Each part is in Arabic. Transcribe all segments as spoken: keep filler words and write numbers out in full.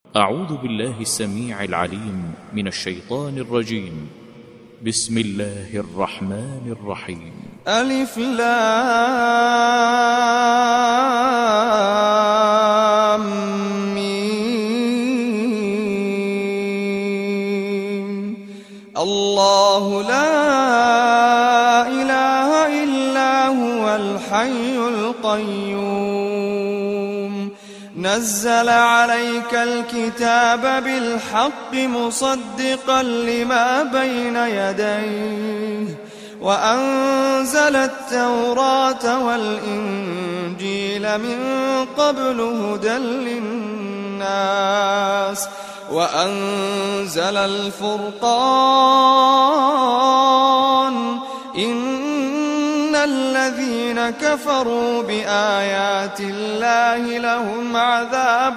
أعوذ بالله السميع العليم من الشيطان الرجيم. بسم الله الرحمن الرحيم. ألف لام ميم. الله لا إله إلا هو الحي القيوم نزل عليك الكتاب بالحق مصدقا لما بين يديه وأنزل التوراة والإنجيل من قبل هدى للناس وأنزل الفرقان إن الذين كفروا بآيات الله لهم عذاب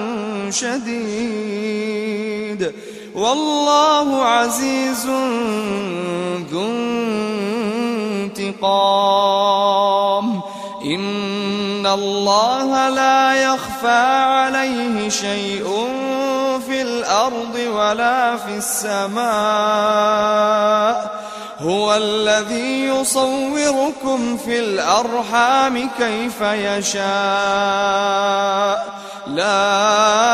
شديد والله عزيز ذو انتقام. إن الله لا يخفى عليه شيء في الأرض ولا في السماء هو الذي يصوركم في الأرحام كيف يشاء لا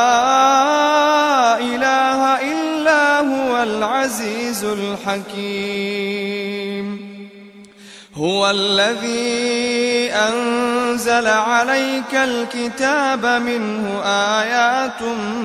إله إلا هو العزيز الحكيم. هو الذي أنزل عليك الكتاب منه آيات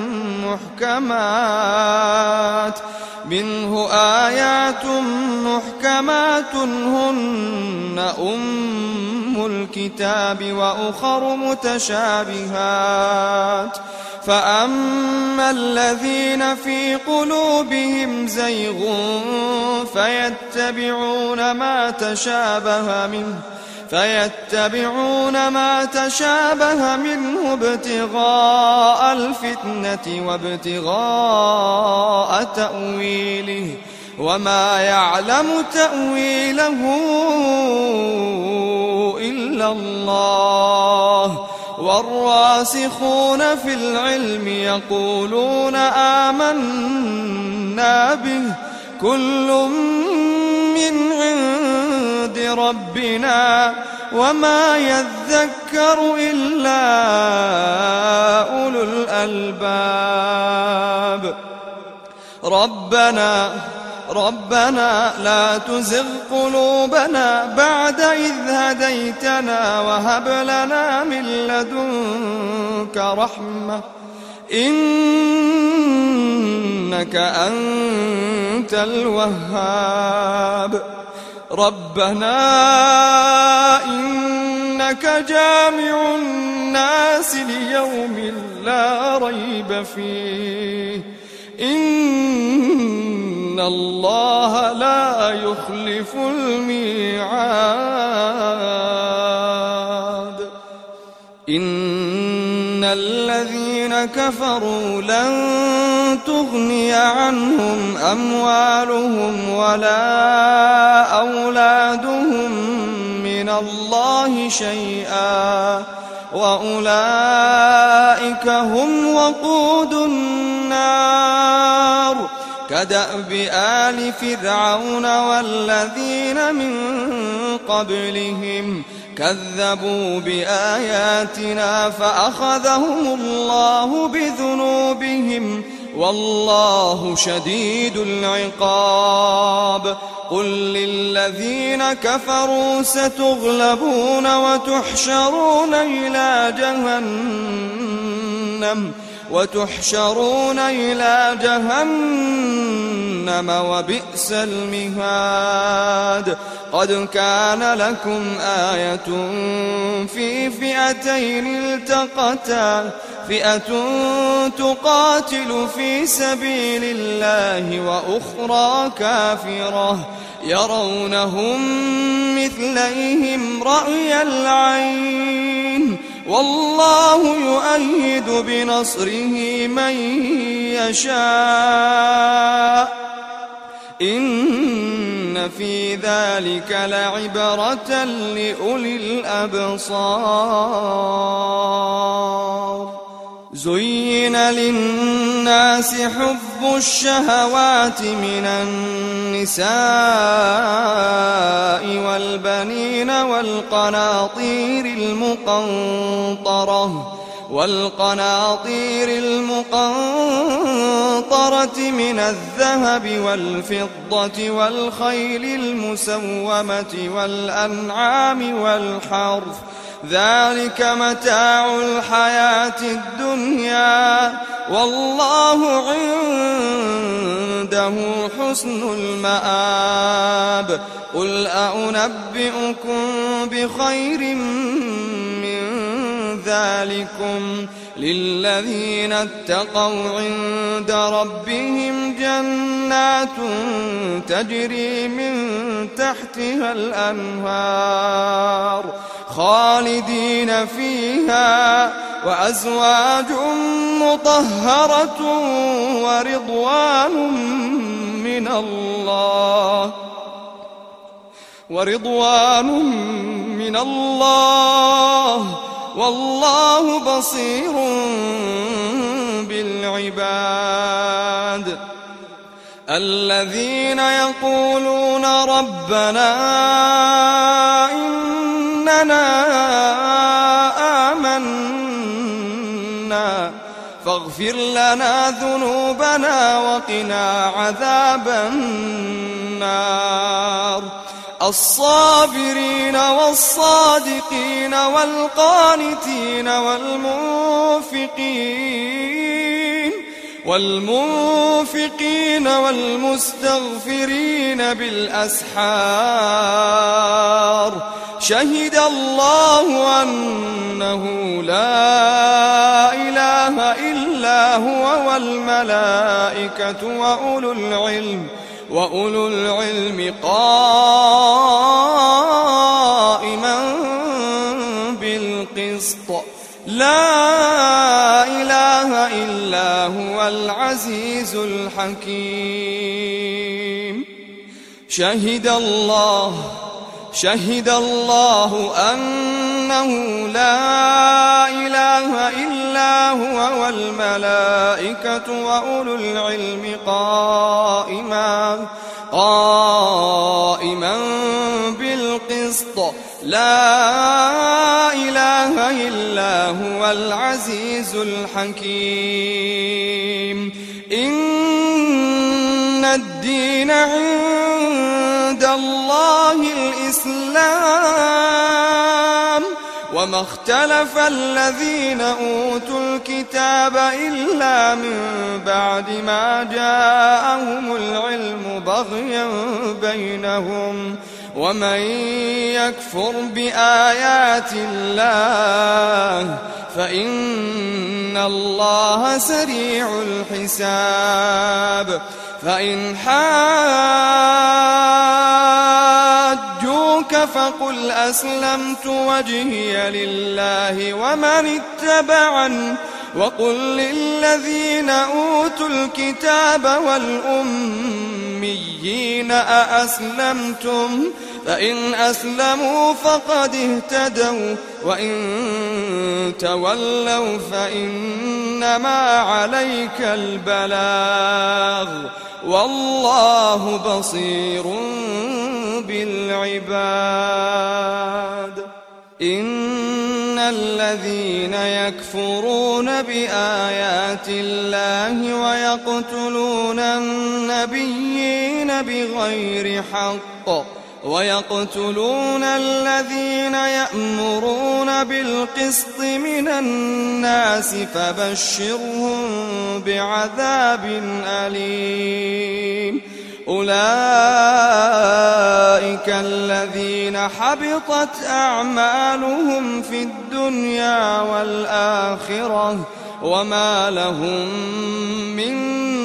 محكمات منه آيات محكمات هن أم الكتاب وأخر متشابهات فأما الذين في قلوبهم زيغ فيتبعون ما تشابه منه فيتبعون ما تشابه منه ابتغاء الفتنة وابتغاء تأويله وما يعلم تأويله إلا الله والراسخون في العلم يقولون آمنا به كل من عند ربنا وما يذكر إلا أولو الألباب. ربنا ربنا لا تزغ قلوبنا بعد إذ هديتنا وهب لنا من لدنك رحمة إنك أنت الوهاب. ربنا إنك جامع الناس ليوم لا ريب فيه إن الله لا يخلف الميعاد. إن الذين كفروا لن تغني عنهم أموالهم ولا أولادهم من الله شيئا وأولئك هم وقود النار كدأب آل فرعون والذين من قبلهم كذبوا بآياتنا فأخذهم الله بذنوبهم والله شديد العقاب. قل للذين كفروا ستغلبون وتحشرون إلى جهنم وتحشرون إلى جهنم وبئس المهاد. قد كان لكم آية في فئتين التقتا فئة تقاتل في سبيل الله وأخرى كافرة يرونهم مثليهم رأي العين والله يؤيد بنصره من يشاء إن في ذلك لعبرة لأولي الأبصار. زين للناس حب الشهوات من النساء والبنين والقناطير المقنطرة والقناطير المقنطرة من الذهب والفضة والخيل المسومة والأنعام والحرث ذلك متاع الحياة الدنيا والله عنده حسن المآب. قل أنبئكم بخير من ذلكم للذين اتقوا عند ربهم جنات تجري من تحتها الأنهار خالدين فيها وأزواج مطهرة ورضوان من الله ورضوان من الله والله بصير بالعباد. الذين يقولون ربنا إننا آمنا فاغفر لنا ذنوبنا وقنا عذاب النار. الصابرين والصادقين والقانتين والمنفقين والمنفقين والمستغفرين بالأسحار شهد الله أنه لا إله إلا هو والملائكة وأولو العلم وأولو العلم قائما بالقسط لا إله إلا هو العزيز الحكيم. شهد الله شهد الله أنه لا إله إلا هو والملائكة وأولو العلم قائما قائما بالقسط لا إله إلا هو العزيز الحكيم. إن الدين عند الله الإسلام وما اختلف الذين أوتوا الكتاب إلا من بعد ما جاءهم العلم بغيا بينهم ومن يكفر بآيات الله فإن الله سريع الحساب. فإن حاجوك فقل أسلمت وجهي لله ومن اتبعني وقل للذين أوتوا الكتاب والأميين أأسلمتم فإن أسلموا فقد اهتدوا وإن تولوا فإنما عليك البلاغ والله بصير بالعباد. إن الذين يكفرون بآيات الله ويقتلون النبيين بغير حق ويقتلون الذين يأمرون بالقسط من الناس فبشرهم بعذاب أليم. أولئك الذين حبطت أعمالهم في الدنيا والآخرة وما لهم من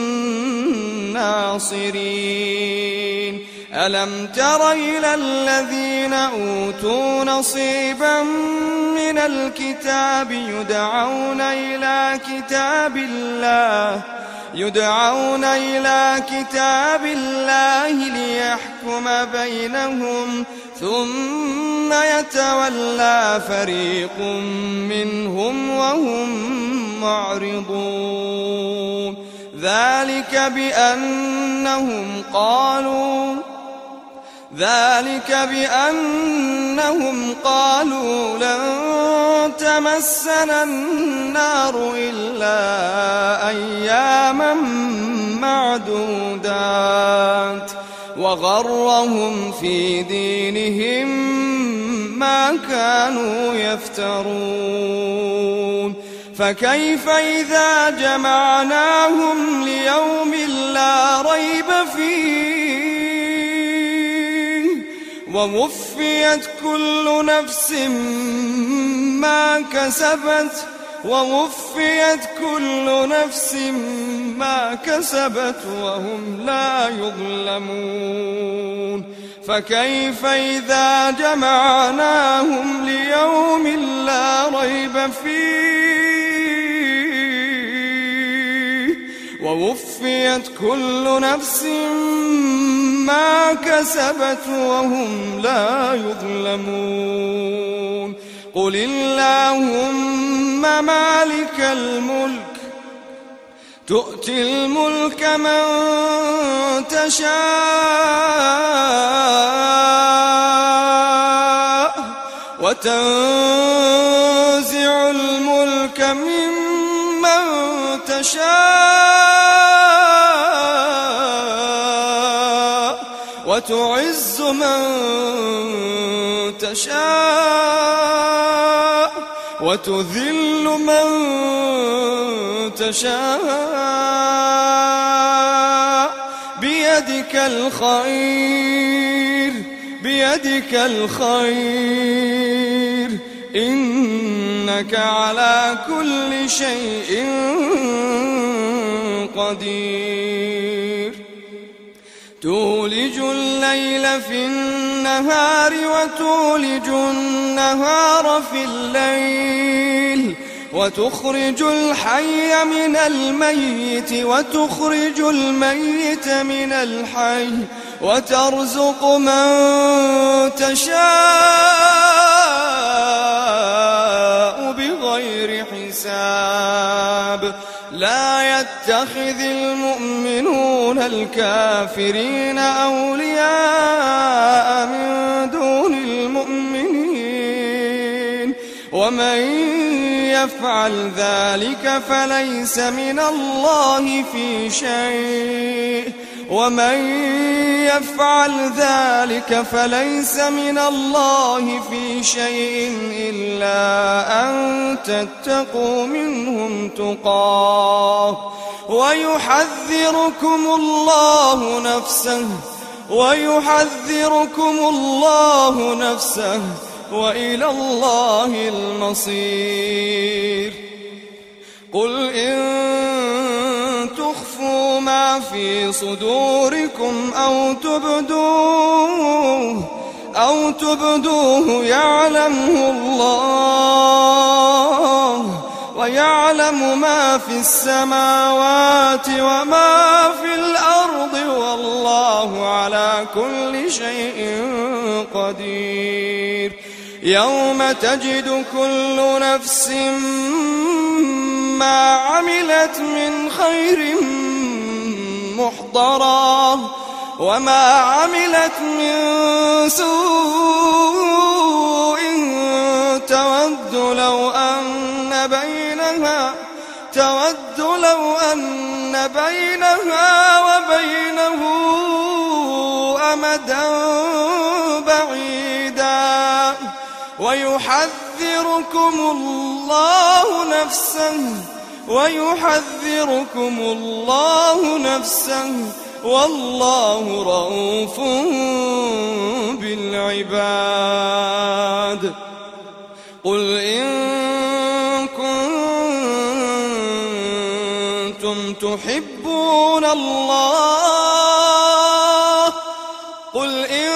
ناصرين. ألم تر إلى الذين أوتوا نصيبا من الكتاب يدعون إلى كتاب الله يدعون إلى كتاب الله ليحكم بينهم ثم يتولى فريق منهم وهم معرضون ذلك بأنهم قالوا ذلك بأنهم قالوا لن تمسنا النار إلا أياما معدودات وغرهم في دينهم ما كانوا يفترون فكيف إذا جمعناهم ليوم لا ريب فيه ووفيت كل نفس ما كسبت ووفيت كل نفس ما كسبت وهم لا يظلمون فكيف إذا جمعناهم ليوم لا ريب فيه ووفيت كل نفس ما كسبت وهم لا يظلمون قل اللهم مالك الملك تؤتي الملك من تشاء وتنزع الملك ممن تشاء وتعز من تشاء وتذل من تشاء بيدك الخير بيدك الخير إنك على كل شيء قدير تولج الليل في النهار وتولج النهار في الليل وتخرج الحي من الميت وتخرج الميت من الحي وترزق من تشاء بغير حساب لا يتخذ المؤمنون الكافرين أولياء من دون المؤمنين ومن يفعل ذلك فليس من الله في شيء ومن يفعل ذلك فليس من الله في شيء إلا أن تتقوا منهم تقاه ويحذركم الله نفسه ويحذركم الله نفسه وإلى الله المصير قل إن تخفوا ما في صدوركم أو تبدوه أو تبدوه يعلمه الله ويعلم ما في السماوات وما في الأرض والله على كل شيء قدير يوم تجد كل نفس ما عملت من خير محضرا وما عملت من سوء تود لو أن بينها تود لو أن بينها وبينه أمدا بعيدا ويحذركم الله نفسه ويحذركم الله نفسه والله رؤوف بالعباد قل إن كنتم تحبون الله قل إن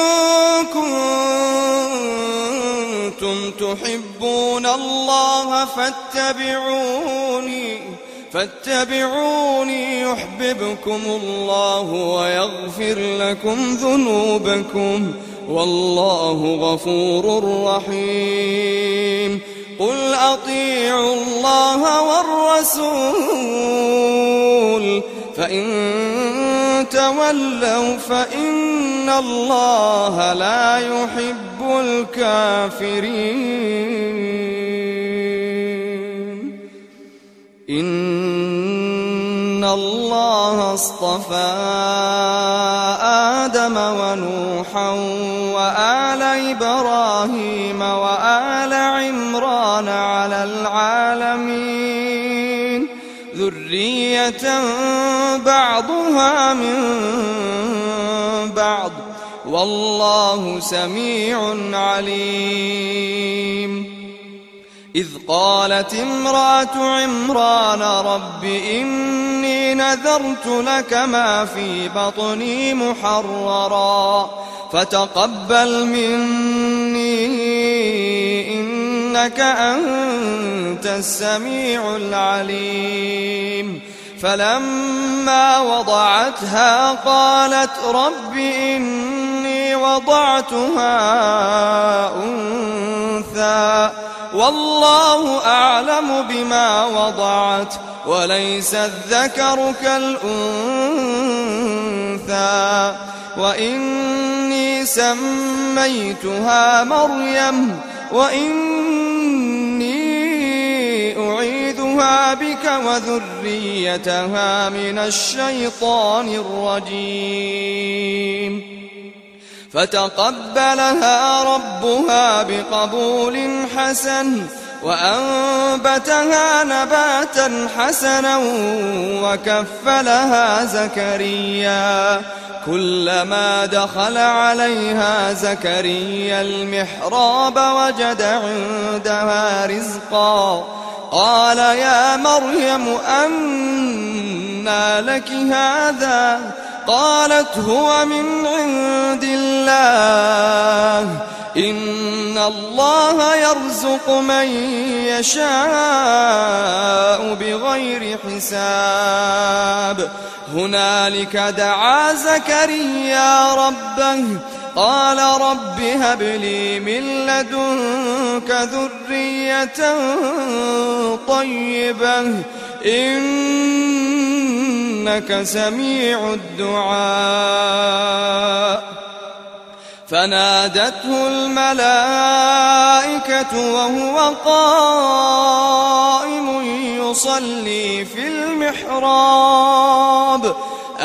كنتم تحبون الله فاتبعوني فاتبعوني يحببكم الله ويغفر لكم ذنوبكم والله غفور رحيم قل أطيعوا الله والرسول فإن تولوا فإن الله لا يحب الكافرين. إن الله اصطفى آدم ونوحا وآل إبراهيم وآل عمران على العالمين ذرية بعضها من بعض والله سميع عليم. إذ قالت امرأة عمران رب إني نذرت لك ما في بطني محررا فتقبل مني إنك أنت السميع العليم. فلما وضعتها قالت رب إني وضعتها أنثى والله أعلم بما وضعت وليس الذكر كالأنثى وإني سميتها مريم وإني أعيذها بك وذريتها من الشيطان الرجيم. فتقبلها ربها بقبول حسن وأنبتها نباتا حسنا وكفلها زكريا. كلما دخل عليها زكريا المحراب وجد عندها رزقا قال يا مريم أنى لك هذا قالت هو من عند الله إن الله يرزق من يشاء بغير حساب. هنالك دعا زكريا ربه قال رب هب لي من لدنك ذرية طيبة إنك سميع الدعاء. فنادته الملائكة وهو قائم يصلي في المحراب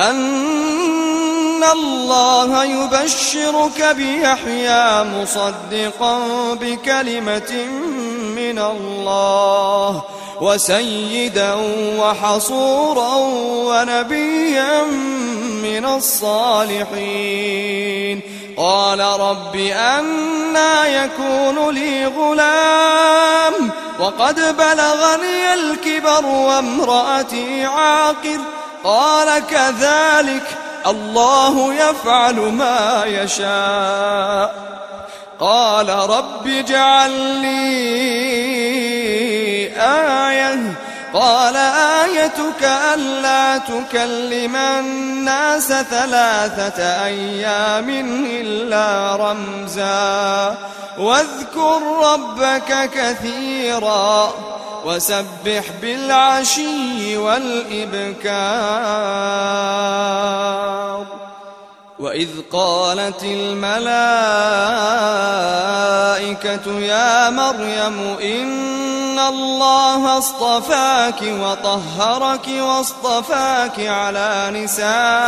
أن الله يبشرك بيحيى مصدقا بكلمة من الله وسيدا وحصورا ونبيا من الصالحين. قال رب أنى يكون لي غلام وقد بلغني الكبر وامرأتي عاقر قال كذلك الله يفعل ما يشاء. قال رب اجعل لي آية قال آيتك ألا تكلم الناس ثلاثة أيام إلا رمزا واذكر ربك كثيرا وسبح بالعشي والإبكار. وإذ قالت الملائكة يا مريم إن الله اصطفاك وطهرك واصطفاك على نساء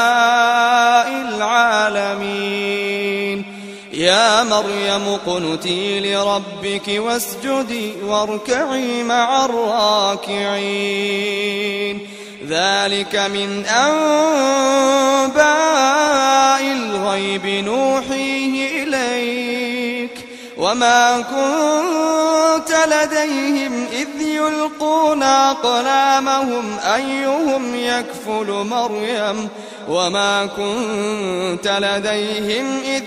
العالمين. يا مريم اقنتي لربك واسجدي واركعي مع الراكعين. ذلك من أنباء الغيب نوحيه إليك وما كنت لديهم إذ يلقون أقلامهم أيهم يكفل مريم وما كنت لديهم إذ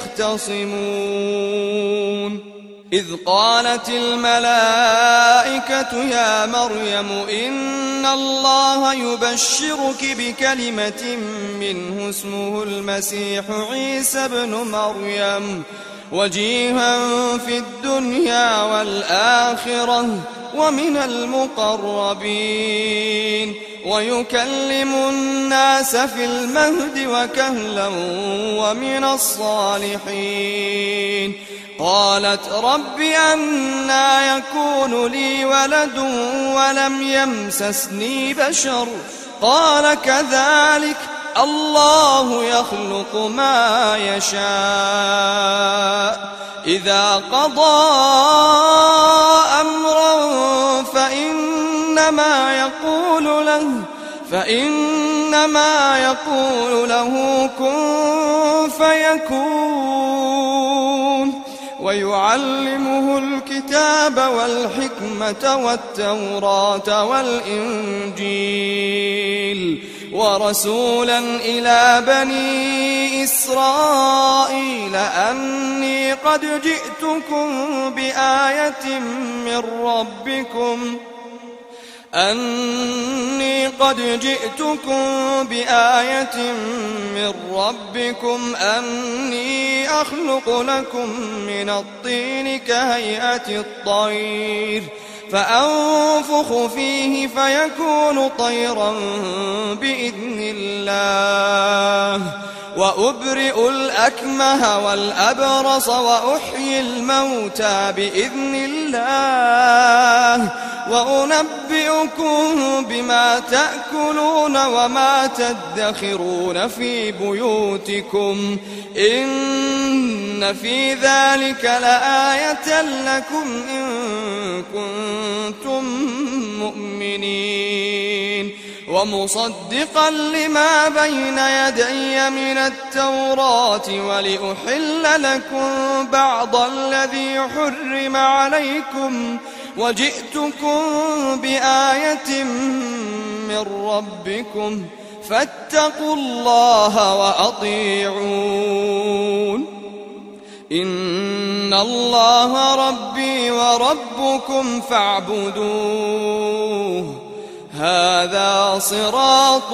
يختصمون. إذ قالت الملائكة يا مريم إن الله يبشرك بكلمة منه اسمه المسيح عيسى ابن مريم وجيها في الدنيا والآخرة ومن المقربين ويكلم الناس في المهد وكهلا ومن الصالحين. قالت رب أنى يكون لي ولد ولم يمسسني بشر قال كذلك الله يخلق ما يشاء إذا قضى أمرا فإنما يقول له فإنما يقول له كن فيكون. ويعلمه الكتاب والحكمة والتوراة والإنجيل ورسولا إلى بني إسرائيل أني قد جئتكم بآية من ربكم أني قد جئتكم بآية من ربكم أني أخلق لكم من الطين كهيئة الطير فأنفخ فيه فيكون طيرا بإذن الله وأبرئ الأكمه والأبرص وأحيي الموتى بإذن الله وأنبئكم بما تأكلون وما تدخرون في بيوتكم إن في ذلك لآية لكم إن كنتم مؤمنين. ومصدقا لما بين يدي من التوراة ولأحل لكم بعض الذي حرم عليكم وجئتكم بآية من ربكم فاتقوا الله وأطيعون. إن الله ربي وربكم فاعبدوه هذا صراط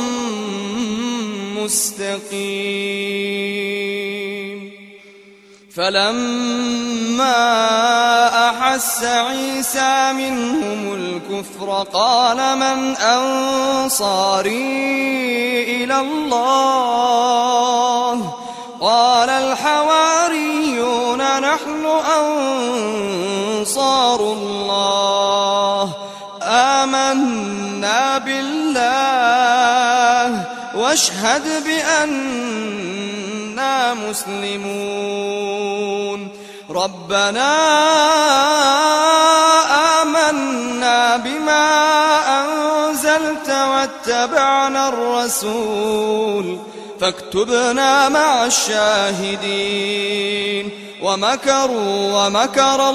مستقيم. فلما أحس عيسى منهم الكفر قال من أنصاري إلى الله قال الحواريون نحن أنصار الله آمنا بالله واشهد بأننا مسلمون. ربنا آمنا بما أنزلت واتبعنا الرسول فاكتبنا مع الشاهدين. ومكروا ومكر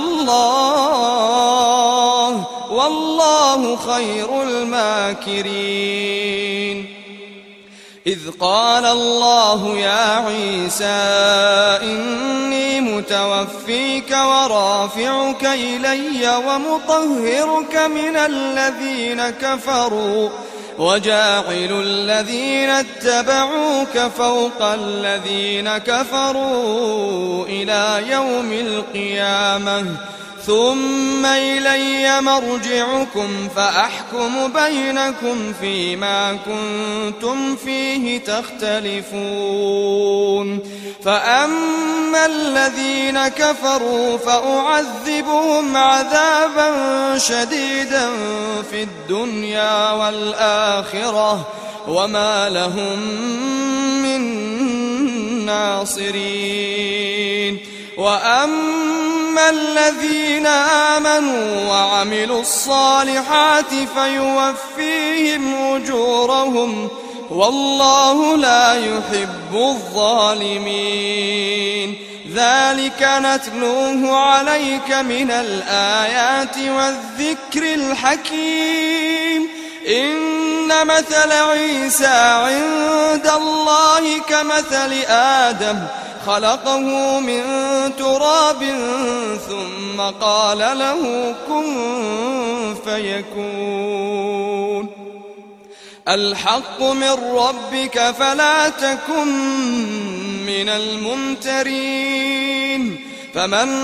الله والله خير الماكرين. إذ قال الله يا عيسى إني متوفيك ورافعك إلي ومطهرك من الذين كفروا وجاعل الذين اتبعوك فوق الذين كفروا إلى يوم القيامة ثم إلي مرجعكم فأحكم بينكم فيما كنتم فيه تختلفون. فأما الذين كفروا فأعذبهم عذابا شديدا في الدنيا والآخرة وما لهم من ناصرين. وأما الذين آمنوا وعملوا الصالحات فيوفيهم أجورهم والله لا يحب الظالمين. ذلك نتلوه عليك من الآيات والذكر الحكيم. إن مثل عيسى عند الله كمثل آدم خلقه من تراب ثم قال له كن فيكون. الحق من ربك فلا تكن من الممترين. فمن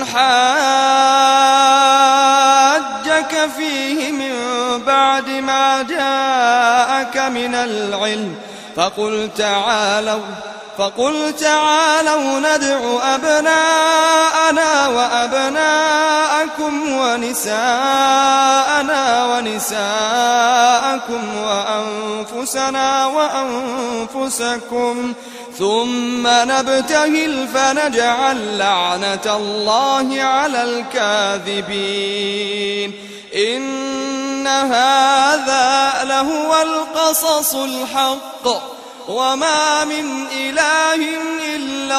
حاجك فيه من بعد ما جاءك من العلم فقل تعالوا فقل تعالوا ندع أبناءنا وأبناءكم ونساءنا ونساءكم وأنفسنا وأنفسكم ثم نبتهل فنجعل لعنة الله على الكاذبين. إن هذا لهو القصص الحق وما من إله إلا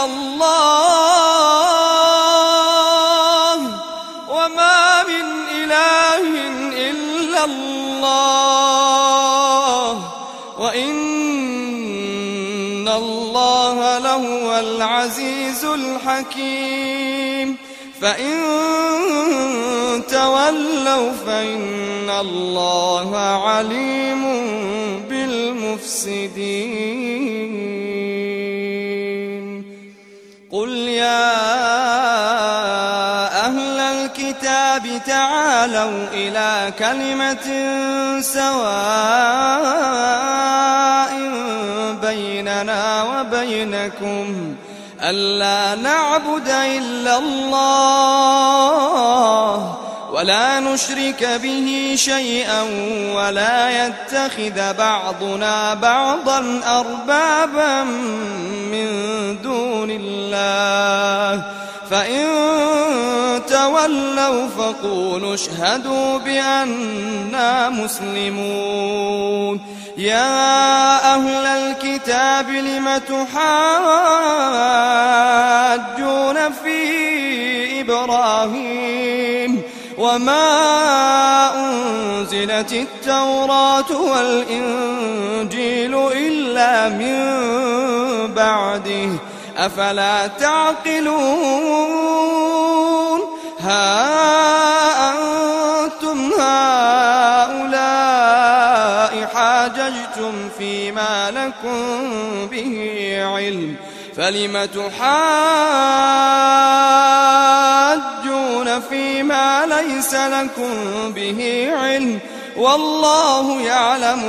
الله وما من إله إلا الله وإن الله لهو العزيز الحكيم. فإن تولوا فإن الله عليم بالمفسدين. قل يا أهل الكتاب تعالوا إلى كلمة سواء بيننا وبينكم ألا نعبد إلا الله ولا نشرك به شيئا ولا يتخذ بعضنا بعضا أربابا من دون الله. فإن تولوا فقولوا اشهدوا بأننا مسلمون. يا أهل الكتاب لم تحاجون في إبراهيم وما أنزلت التوراة والإنجيل إلا من بعده أفلا تعقلون. ها أنتم هؤلاء حاججتم فيما لكم به علم فلم تحاجون فيما ليس لكم به علم والله يعلم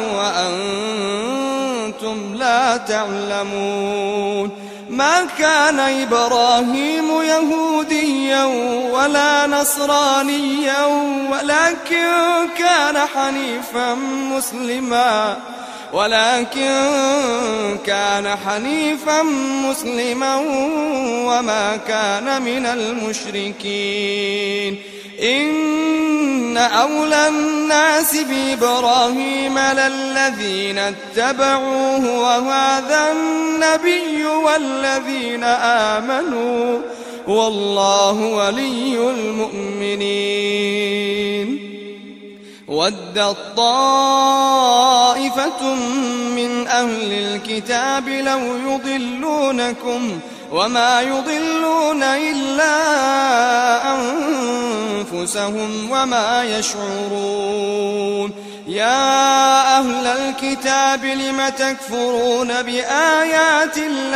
وأنتم لا تعلمون. ما كان إبراهيم يهوديا ولا نصرانيا ولكن كان حنيفا مسلما ولكن كان حنيفا مسلما وما كان من المشركين. إن أولى الناس بإبراهيم للذين اتبعوه وهذا النبي والذين آمنوا والله ولي المؤمنين. ودت طائفة من أهل الكتاب لو يضلونكم وما يضلون إلا أنفسهم وما يشعرون. يا أهل الكتاب لم تكفرون بآيات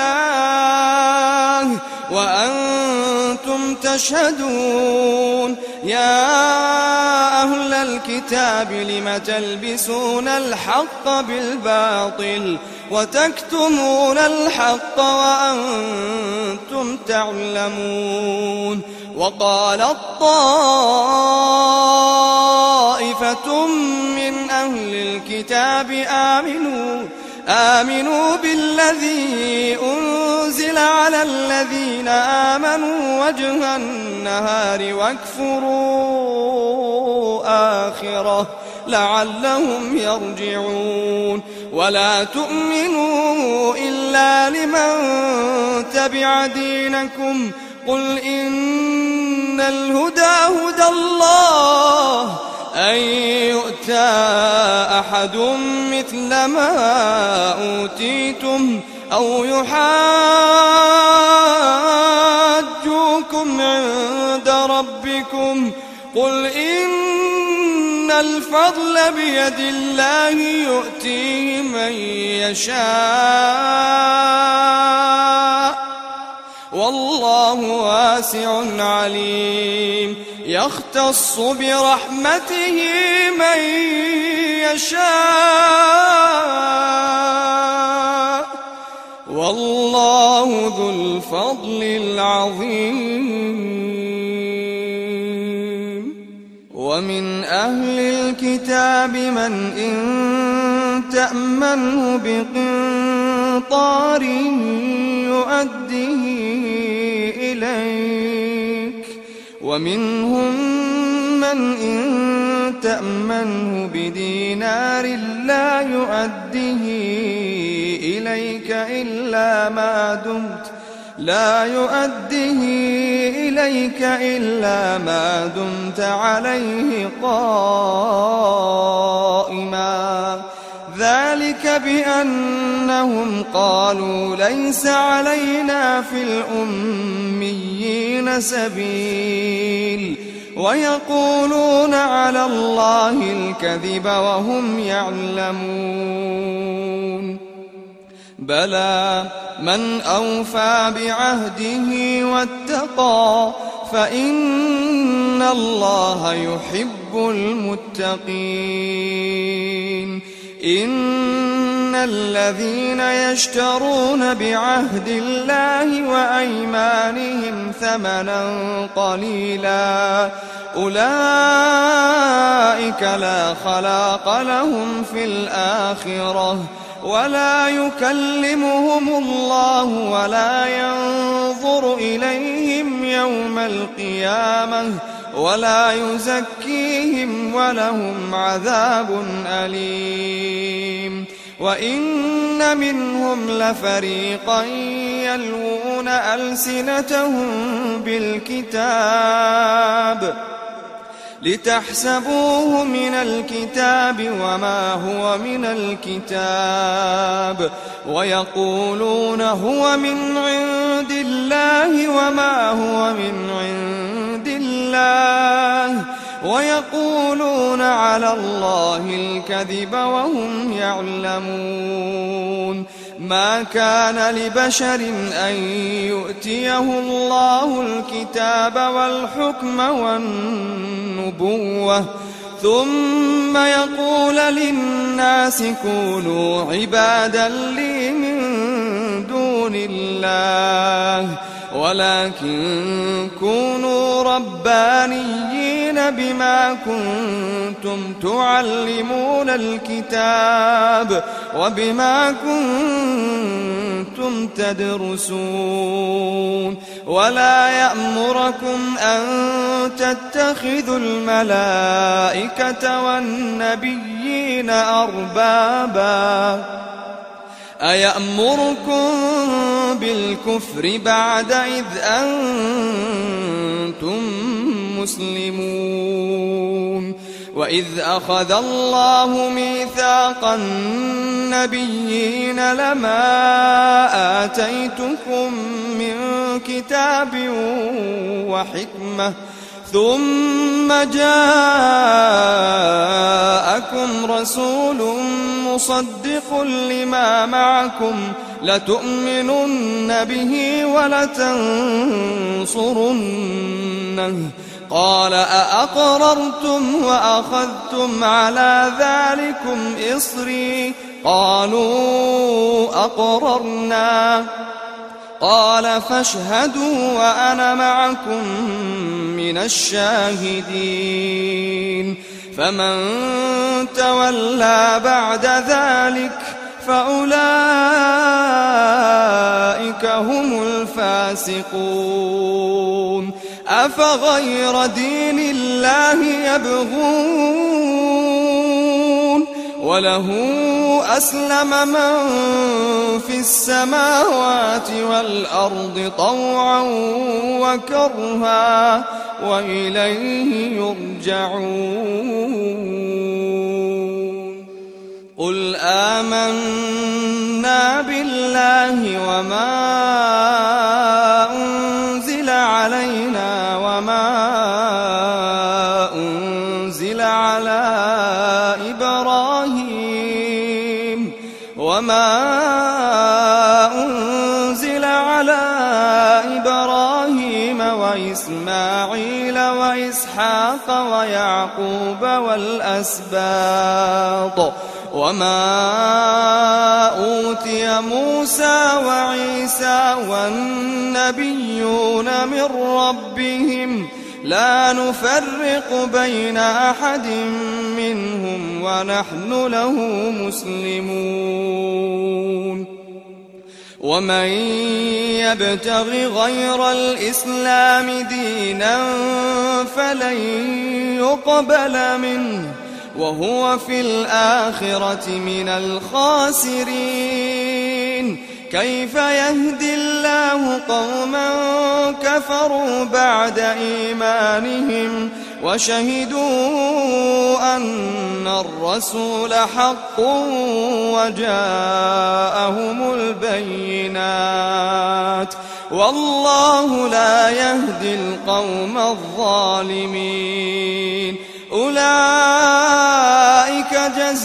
الله وأنتم تشهدون. يا أهل الكتاب لم تلبسون الحق بالباطل وتكتمون الحق وأنتم تعلمون. وقالت طائفة من أهل الكتاب آمنوا آمنوا بالذي أنزل على الذين آمنوا وجه النهار واكفروا آخره لعلهم يرجعون. ولا تؤمنوا إلا لمن تبع دينكم قل إن الهدى هدى الله أن يؤتى أحد مثل ما أوتيتم أو يحاجوكم عند ربكم قل إن الفضل بيد الله يؤتيه من يشاء والله واسع عليم يختص برحمته من يشاء والله ذو الفضل العظيم ومن أهل الكتاب من إن تأمنه بقنطار يؤديه إليك ومنهم من إن تأمنه بدينار لا يؤديه إليك إلا ما دمت لا يؤديه إليك إلا ما دمت عليه قائما ذلك بأنهم قالوا ليس علينا في الأميين سبيل ويقولون على الله الكذب وهم يعلمون بلى من أوفى بعهده واتقى فإن الله يحب المتقين إن الذين يشترون بعهد الله وأيمانهم ثمنا قليلا أولئك لا خلاق لهم في الآخرة ولا يكلمهم الله ولا ينظر إليهم يوم القيامة ولا يزكيهم ولهم عذاب أليم وإن منهم لفريقا يلوون ألسنتهم بالكتاب لتحسبوه من الكتاب وما هو من الكتاب ويقولون هو من عند الله وما هو من عند الله ويقولون على الله الكذب وهم يعلمون ما كان لبشر أن يؤتيه الله الكتاب والحكم والنبوة ثم يقول للناس كونوا عبادا لي من دون الله ولكن كونوا ربانيين بما كنتم تعلمون الكتاب وبما كنتم تدرسون ولا يأمركم أن تتخذوا الملائكة والنبيين أربابا أيأمركم بالكفر بعد إذ أنتم مسلمون وإذ أخذ الله ميثاق النبيين لما آتيتكم من كتاب وحكمة ثم جاءكم رسول مصدق لما معكم لتؤمنن به ولتنصرنه قال أأقررتم وأخذتم على ذلكم إصري قالوا أقررنا قال فاشهدوا وأنا معكم من الشاهدين فمن تولى بعد ذلك فأولئك هم الفاسقون أفغير دين الله يبغون وله أسلم من في السماوات والأرض طوعا وكرها وإليه يرجعون قل آمنا بالله وما أنزل علينا وما أنزل على إبراهيم وما أنزل على إبراهيم وإسماعيل وإسحاق ويعقوب والأسباط وما أوتي موسى وعيسى والنبيون من ربهم لا نفرق بين أحد منهم ونحن له مسلمون ومن يبتغ غير الإسلام دينا فلن يقبل منه وهو في الآخرة من الخاسرين كيف يهدي الله قوما كفروا بعد إيمانهم وشهدوا أن الرسول حق وجاءهم البينات والله لا يهدي القوم الظالمين أولئك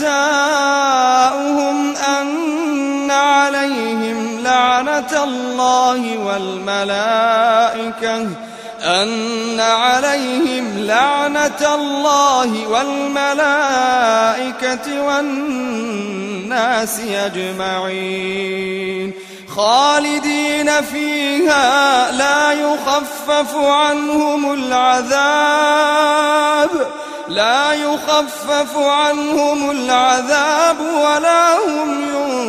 جزاؤهم أن عليهم لعنة الله والملائكة أن عليهم لعنة الله والملائكة والناس أجمعين خالدين فيها لا يخفف عنهم العذاب لا يخفف عنهم العذاب ولا هم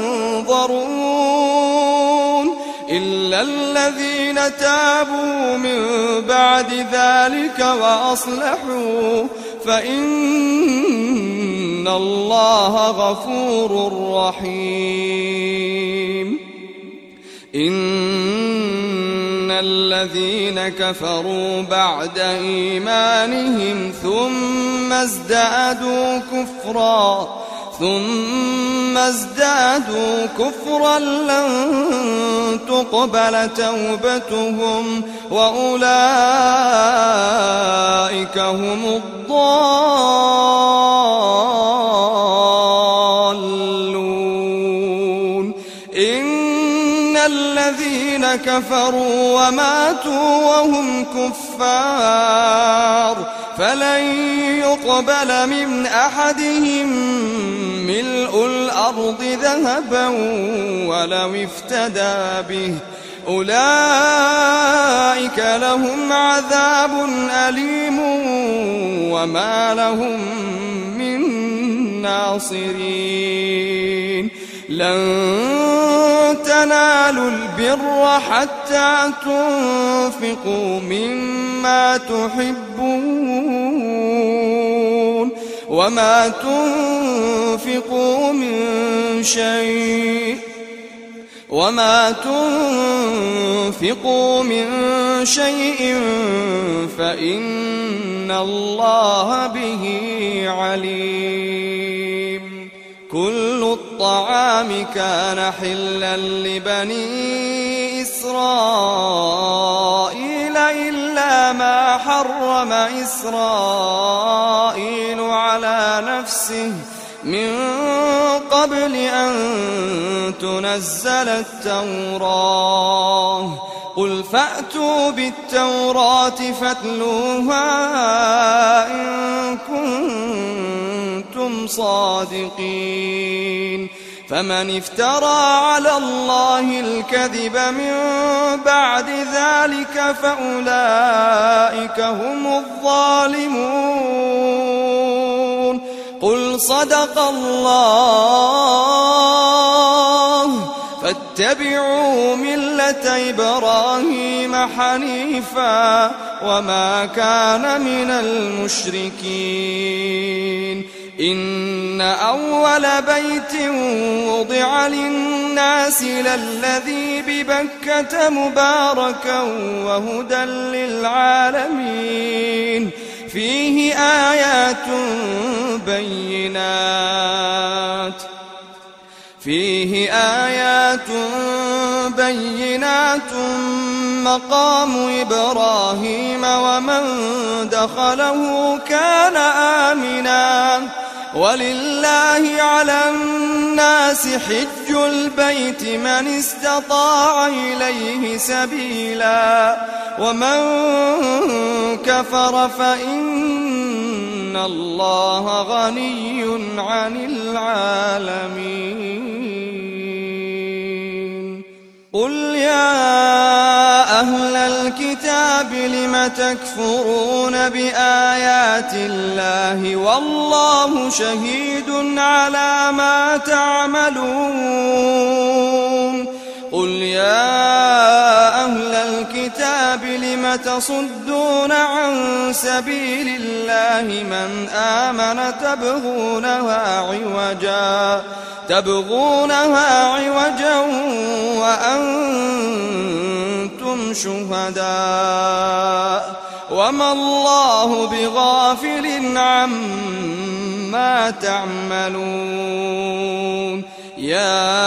ينظرون إلا الذين تابوا من بعد ذلك وأصلحوا فإن الله غفور رحيم إن الذين كفروا بعد إيمانهم ثم ازدادوا كفرا ثم ازدادوا كفرا لن تقبل توبتهم وأولئك هم الضالون إن الذين كفروا وماتوا وهم كفار فلن يقبل من أحدهم ملء الأرض ذهبا ولو افتدى به أولئك لهم عذاب أليم وما لهم من ناصرين لن تنالوا البر حتى تنفقوا مما تحبون وما تنفقوا من شيء وما تنفقوا من شيء فإن الله به عليم كل الطعام كان حلا لبني إسرائيل إلا ما حرم إسرائيل على نفسه من قبل أن تنزل التوراة قل فأتوا بالتوراة فاتلوها إن كنتم صادقين فمن افترى على الله الكذب من بعد ذلك فأولئك هم الظالمون قل صدق الله فاتبعوا ملة إبراهيم حنيفا وما كان من المشركين إن أول بيت وضع للناس للذي ببكة مباركا وهدى للعالمين فيه آيات بينات فيه آيات بينات مقام إبراهيم ومن دخله كان آمنا ولله على الناس حج البيت من استطاع إليه سبيلا ومن كفر فإن الله غني عن العالمين. قل يا أهل الكتاب لم تكفرون بآيات الله والله شهيد على ما تعملون. قل يا أهل الكتاب لم تصدون عن سبيل الله من آمن تبغونها عوجا تبغونها عوجا وأنتم شهداء وما الله بغافل عما تعملون. يا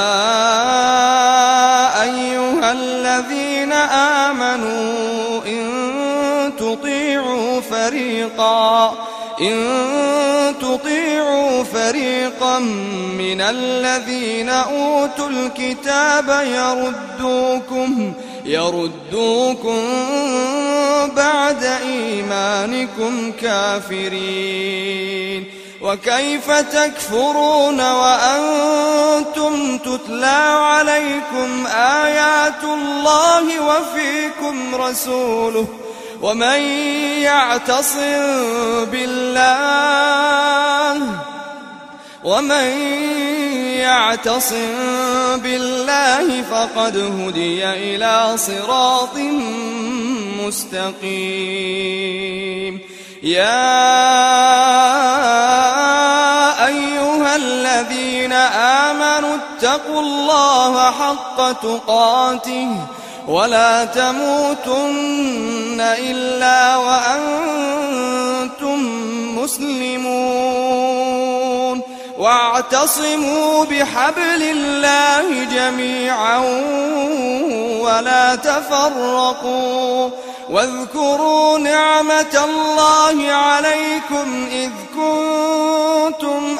أيها الذين آمنوا إن تطيعوا فريقا إن تطيعوا فريقا من الذين أوتوا الكتاب يردوكم يردوكم بعد إيمانكم كافرين. وكيف تكفرون وأنتم تتلى عليكم آيات الله وفيكم رسوله ومن يعتصم بالله ومن يعتصم بالله فقد هدي إلى صراط مستقيم. يا أيها الذين آمنوا اتقوا الله حق تقاته ولا تموتن إلا وأنتم مسلمون. واعتصموا بحبل الله جميعا ولا تفرقوا واذكروا نعمة الله عليكم إذ كنتم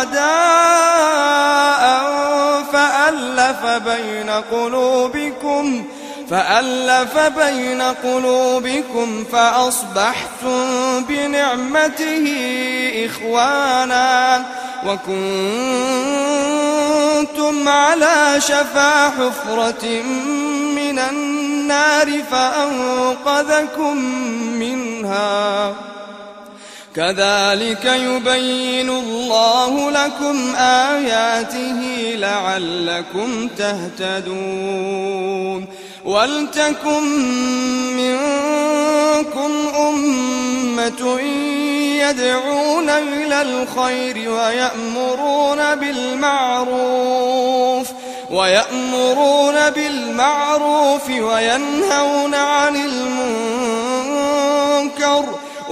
أعداء فألف بين قلوبكم فألف بين قلوبكم فأصبحتم بنعمته إخوانا وكنتم على شفا حفرة من النار فأنقذكم منها. كذلك يبين الله لكم آياته لعلكم تهتدون. ولتكن منكم أمة يدعون إلى الخير ويأمرون بالمعروف ويأمرون بالمعروف وينهون عن المنكر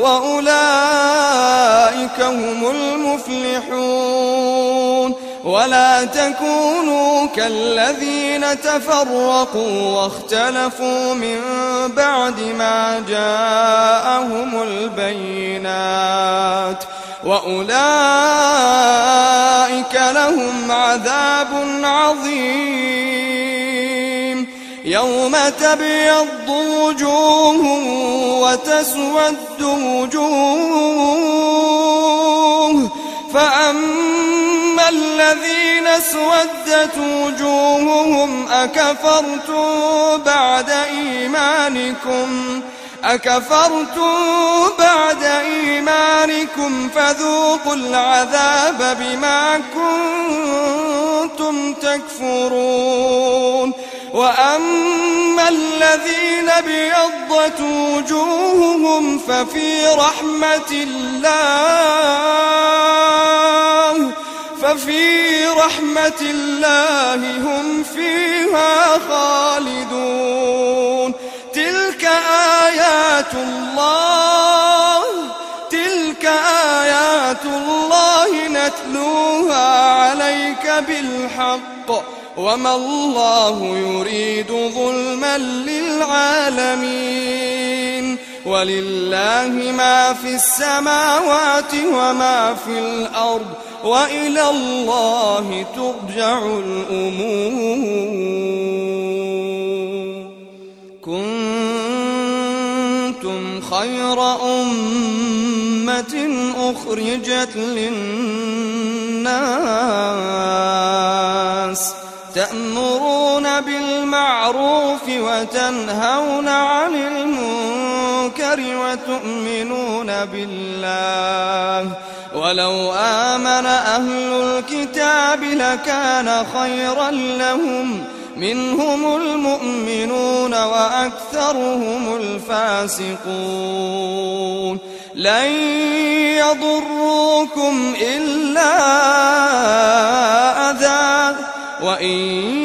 وأولئك هم المفلحون. ولا تكونوا كالذين تفرقوا واختلفوا من بعد ما جاءهم البينات وأولئك لهم عذاب عظيم. يوم تبيض وجوه وتسود وجوه فأما الذين اسودت وجوههم أكفرتم بعد إيمانكم أكفرتم بعد إيمانكم فذوقوا العذاب بما كنتم تكفرون. وأما الذين ابيضت وجوههم ففي رحمة الله ففي رحمة الله هم فيها خالدون. تلك آيات الله تلك آيات الله نتلوها عليك بالحق وما الله يريد ظلما للعالمين. ولله ما في السماوات وما في الأرض وإلى الله ترجع الأمور. كنتم خير أمة أخرجت للناس تأمرون بالمعروف وتنهون عن المنكر وتؤمنون بالله ولو آمن أهل الكتاب لكان خيرا لهم منهم المؤمنون وأكثرهم الفاسقون لن يضروكم إلا أذى وإن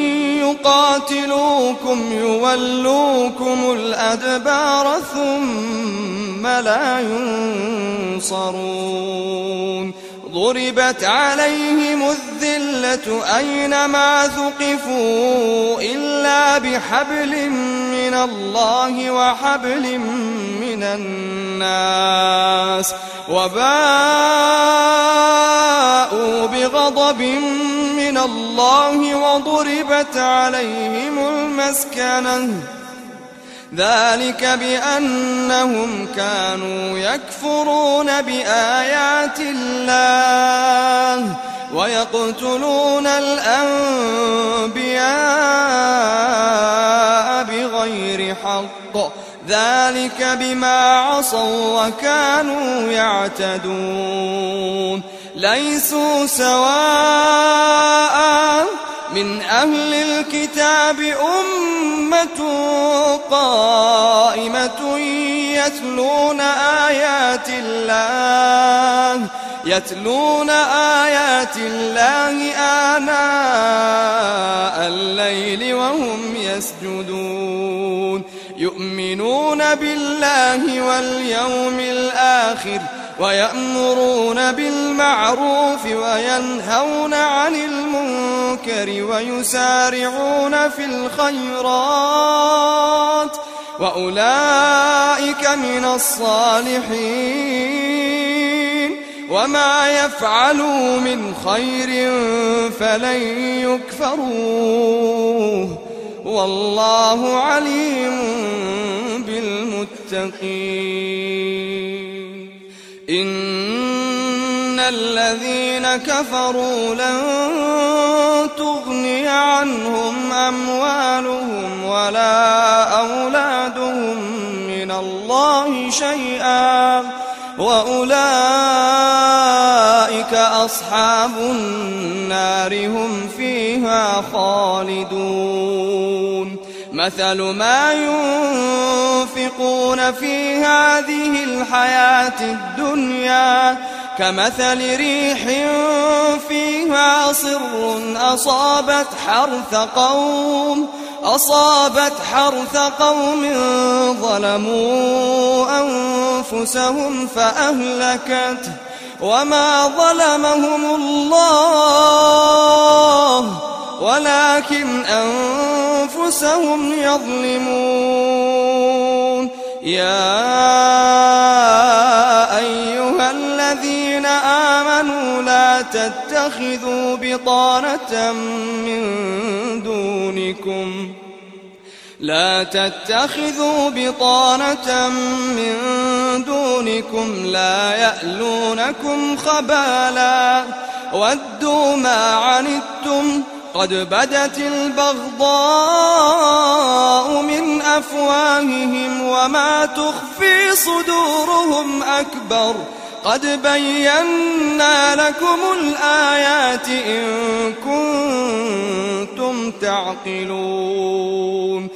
يقاتلوكم يولوكم الأدبار ثم لا ينصرون ضربت عليهم الذلة أينما ثقفوا إلا بحبل من الله وحبل من الناس وباءوا بغضب من الله وضربت عليهم المسكنة ذلك بأنهم كانوا يكفرون بآيات الله ويقتلون الأنبياء بغير حق ذلك بما عصوا وكانوا يعتدون ليسوا سواء من أهل الكتاب أمة قائمة يتلون آيات الله يتلون آيات الله آناء الليل وهم يسجدون يؤمنون بالله واليوم الآخر ويأمرون بالمعروف وينهون عن المنكر ويسارعون في الخيرات وأولئك من الصالحين وما يفعلوا من خير فلن يكفروه والله عليم بالمتقين إن الذين كفروا لن تغني عنهم أموالهم ولا أولادهم من الله شيئا وأولئك أصحاب النار هم فيها خالدون مثل ما ينفقون في هذه الحياة الدنيا كمثل ريح فيها صر أصابت حرث قوم أصابت حرث قوم ظلموا أنفسهم فأهلكته وما ظلمهم الله ولكن أنفسهم يظلمون يا أيها الذين آمنوا لا تتخذوا بطانة من دونكم لا تتخذوا بطانة من دونكم لا يألونكم خبالا ودوا ما عنتم قد بدت البغضاء من أفواههم وما تخفي صدورهم أكبر قد بينا لكم الآيات إن كنتم تعقلون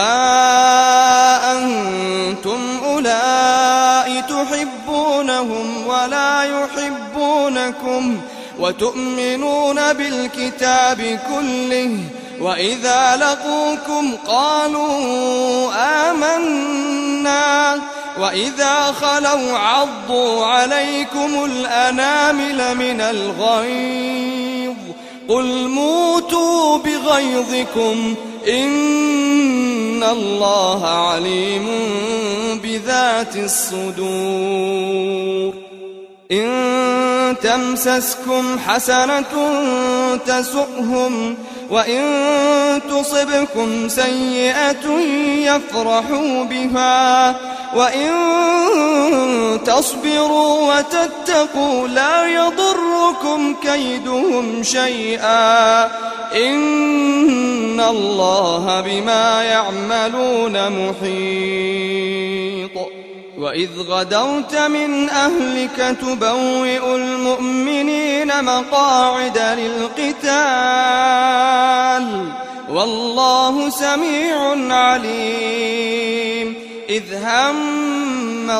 ها أنتم أولئك تحبونهم ولا يحبونكم وتؤمنون بالكتاب كله وإذا لقوكم قالوا آمنا وإذا خلوا عضوا عليكم الأنامل من الغيظ قل موتوا بغيظكم إن الله عليم بذات الصدور إن تمسسكم حسنة تسؤهم وإن تصبكم سيئة يفرحوا بها وإن تصبروا وتتقوا لا يضركم كيدهم شيئا إن الله بما يعملون محيط. وإذ غدوت من أهلك تبوئ المؤمنين مقاعد للقتال والله سميع عليم. إذ هم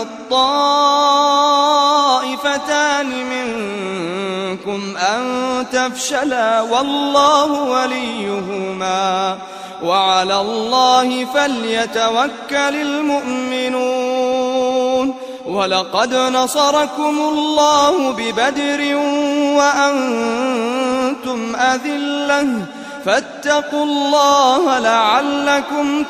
الطائفتان منكم أن تفشلا والله وليهما وعلى الله فليتوكل المؤمنون. ولقد نصركم الله ببدر وأنتم أذلة فاتقوا الله لعلكم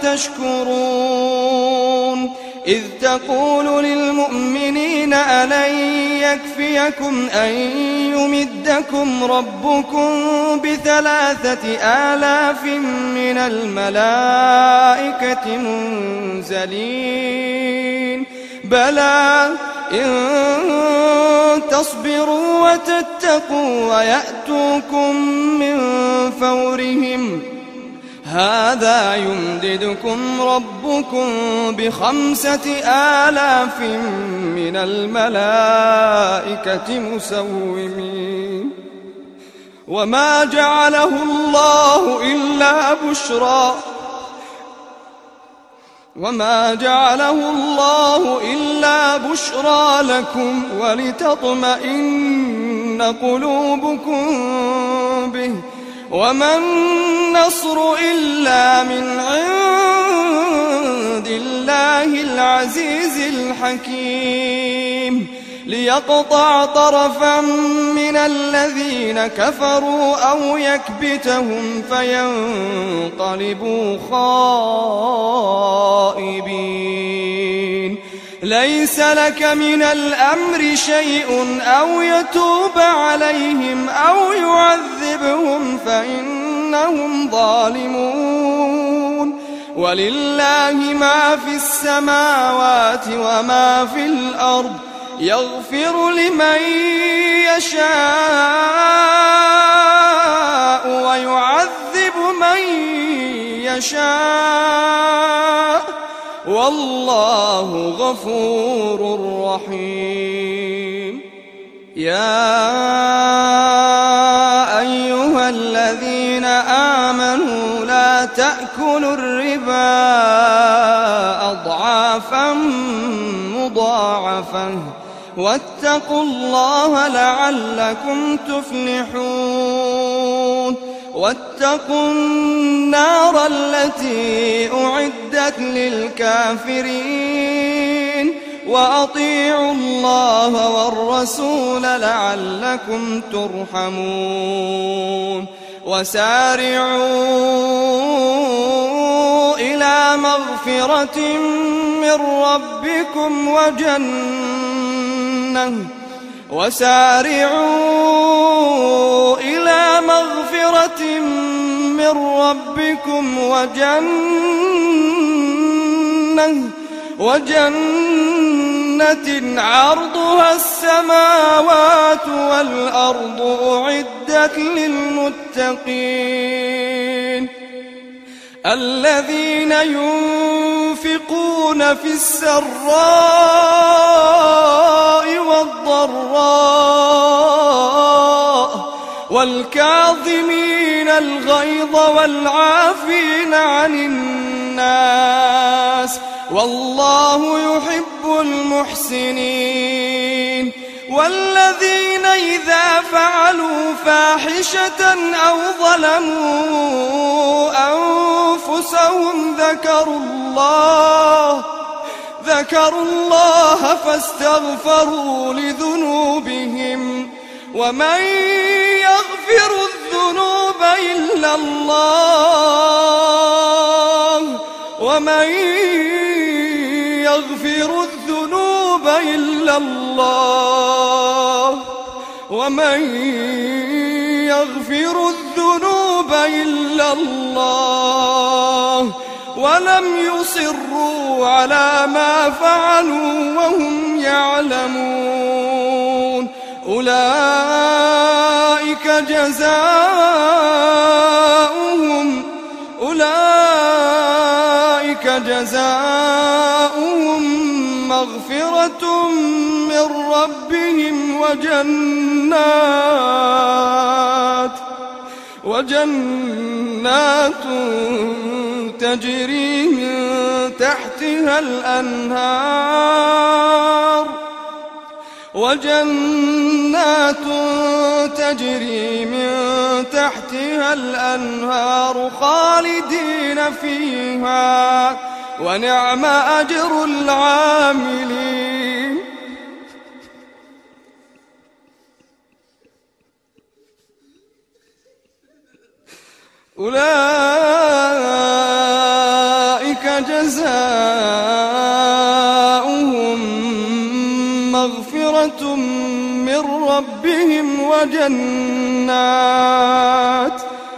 تشكرون. إذ تقول للمؤمنين ألن يكفيكم أن يمدكم ربكم بثلاثة آلاف من الملائكة منزلين بلى إن تصبروا وتتقوا ويأتوكم من فورهم هذا يمددكم ربكم بخمسة آلاف من الملائكة مسومين. وما جعله الله إلا بشرى وما جعله الله إلا بشرى لكم ولتطمئن قلوبكم به وما النصر إلا من عند الله العزيز الحكيم. ليقطع طرفا من الذين كفروا أو يكبتهم فينقلبوا خائبين. ليس لك من الأمر شيء أو يتوب عليهم أو يعذبهم فإنهم ظالمون. ولله ما في السماوات وما في الأرض يغفر لمن يشاء ويعذب من يشاء والله غفور رحيم. يا أيها الذين آمنوا لا تأكلوا الربا أضعافا مضاعفة واتقوا الله لعلكم تفلحون. واتقوا النار التي أعدت للكافرين وأطيعوا الله والرسول لعلكم ترحمون. وسارعوا إلى مغفرة من ربكم وجنة وسارعوا إلى مغفرة من ربكم وجنة وجنة عرضها السماوات والأرض أعدت للمتقين الذين ينفقون في السراء والضراء والكاظمين الغيظ والعافين عن الناس والله يحب المحسنين. والذين إذا فعلوا فاحشة أو ظلموا أنفسهم ذكروا الله ذكروا الله فاستغفروا لذنوبهم ومن يغفر الذنوب إلا الله ومن يغفر الذنوب إلا الله ومن يغفر الذنوب إلا الله ولم يصروا على ما فعلوا وهم يعلمون أولئك جزاؤهم أولئك جزاؤهم مغفرة من ربهم وجنات وجنات تجري من تحتها الأنهار وجنات تجري من تحتها الأنهار خالدين فيها ونعم أجر العاملين أولئك جزاؤهم مغفرة من ربهم وجنات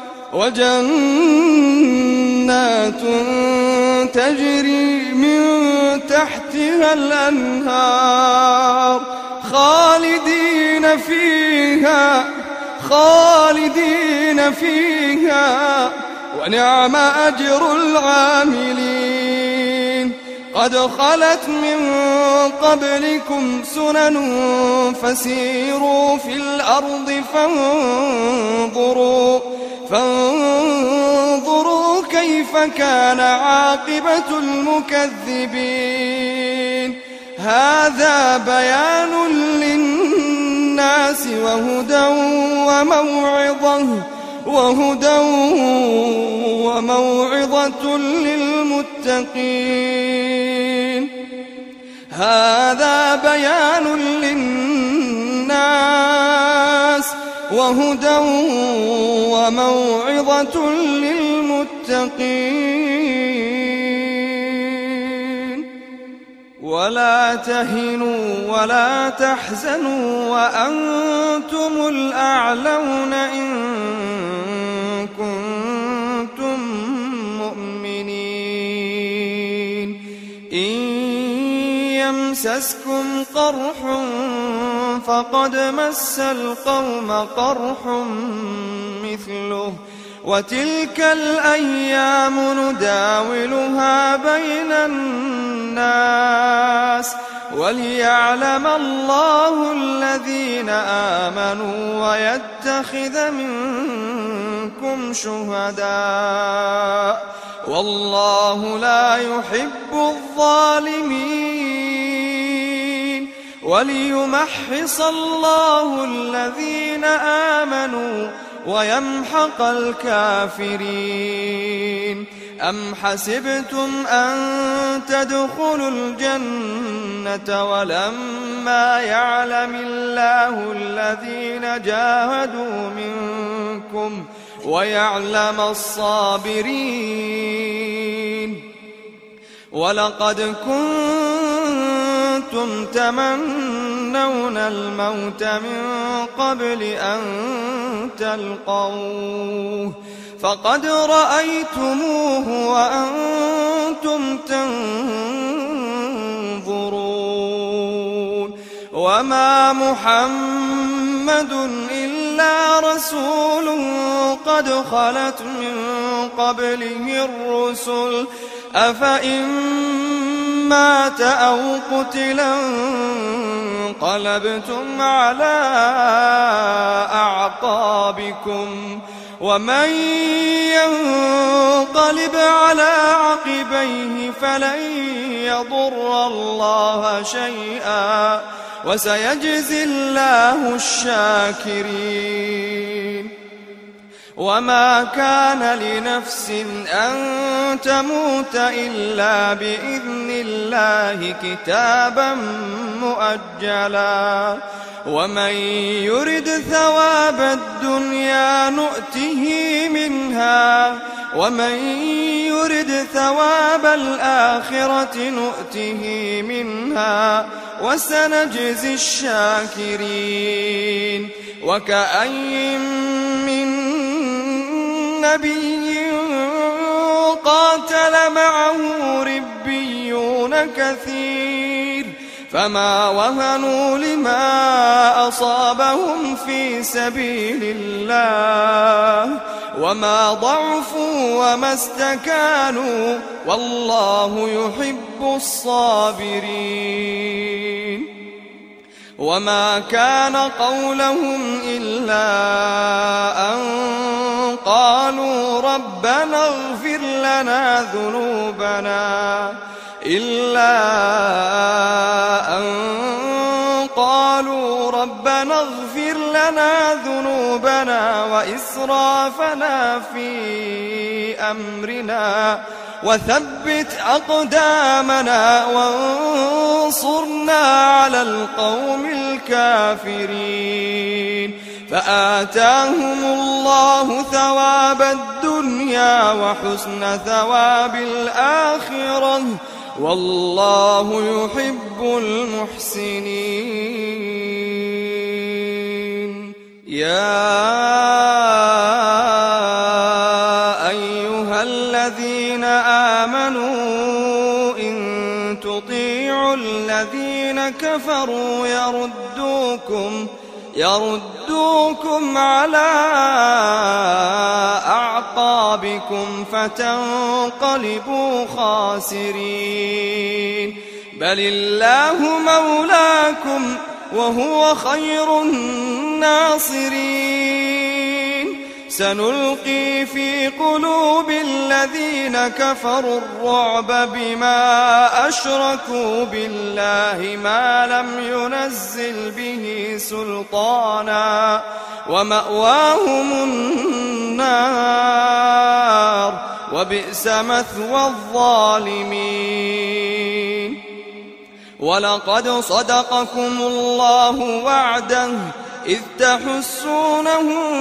وجنات تجري من تحتها الأنهار خالدين فيها خالدين فيها ونعم أجر العاملين قد خلت من قبلكم سنن فسيروا في الأرض فانظروا فانظروا كيف كان عاقبة المكذبين هذا بيان للناس وهدى وموعظة وهدى وموعظة للمتقين هذا بيان للناس وهدى وموعظة للمتقين ولا تهنوا ولا تحزنوا وأنتم الأعلون إن كنتم مؤمنين إن يمسسكم قرح فقد مس القوم قرح مثله وتلك الأيام نداولها بين الناس وليعلم الله الذين آمنوا ويتخذ منكم شهداء والله لا يحب الظالمين وليمحص الله الذين آمنوا ويمحق الكافرين أم حسبتم أن تدخلوا الجنة ولما يعلم الله الذين جاهدوا منكم ويعلم الصابرين ولقد كنتم تمنون الموت من قبل أن تلقوه فقد رأيتموه وأنتم تنظرون وما محمد إلا رسول قد خلت من قبله الرسل أفإن مات أو قتلا انقلبتم على أعقابكم ومن ينقلب على عقبيه فلن يضر الله شيئا وسيجزي الله الشاكرين وما كان لنفس أن تموت إلا بإذن الله كتابا مؤجلا ومن يرد ثواب الدنيا نؤته منها ومن يرد ثواب الآخرة نؤته منها وسنجزي الشاكرين وكأين من نبي قاتل معه كثير فما وهنوا لما أصابهم في سبيل الله وما ضعفوا وما استكانوا والله يحب الصابرين وما كان قولهم إلا أن قالوا ربنا اغفر لنا ذنوبنا إلا أن قالوا ربنا اغفر لنا ذنوبنا وإسرافنا في أمرنا وثبت أقدامنا وانصرنا على القوم الكافرين فآتاهم الله ثواب الدنيا وحسن ثواب الآخرة والله يحب المحسنين يا أيها الذين آمنوا إن تطيعوا الذين كفروا يردوكم يردوكم على أعقابكم فتنقلبوا خاسرين بل الله مولاكم وهو خير الناصرين سنلقي في قلوب الذين كفروا الرعب بما أشركوا بالله ما لم ينزل به سلطانا ومأواهم النار وبئس مثوى الظالمين ولقد صدقكم الله وعده إذ تحسونهم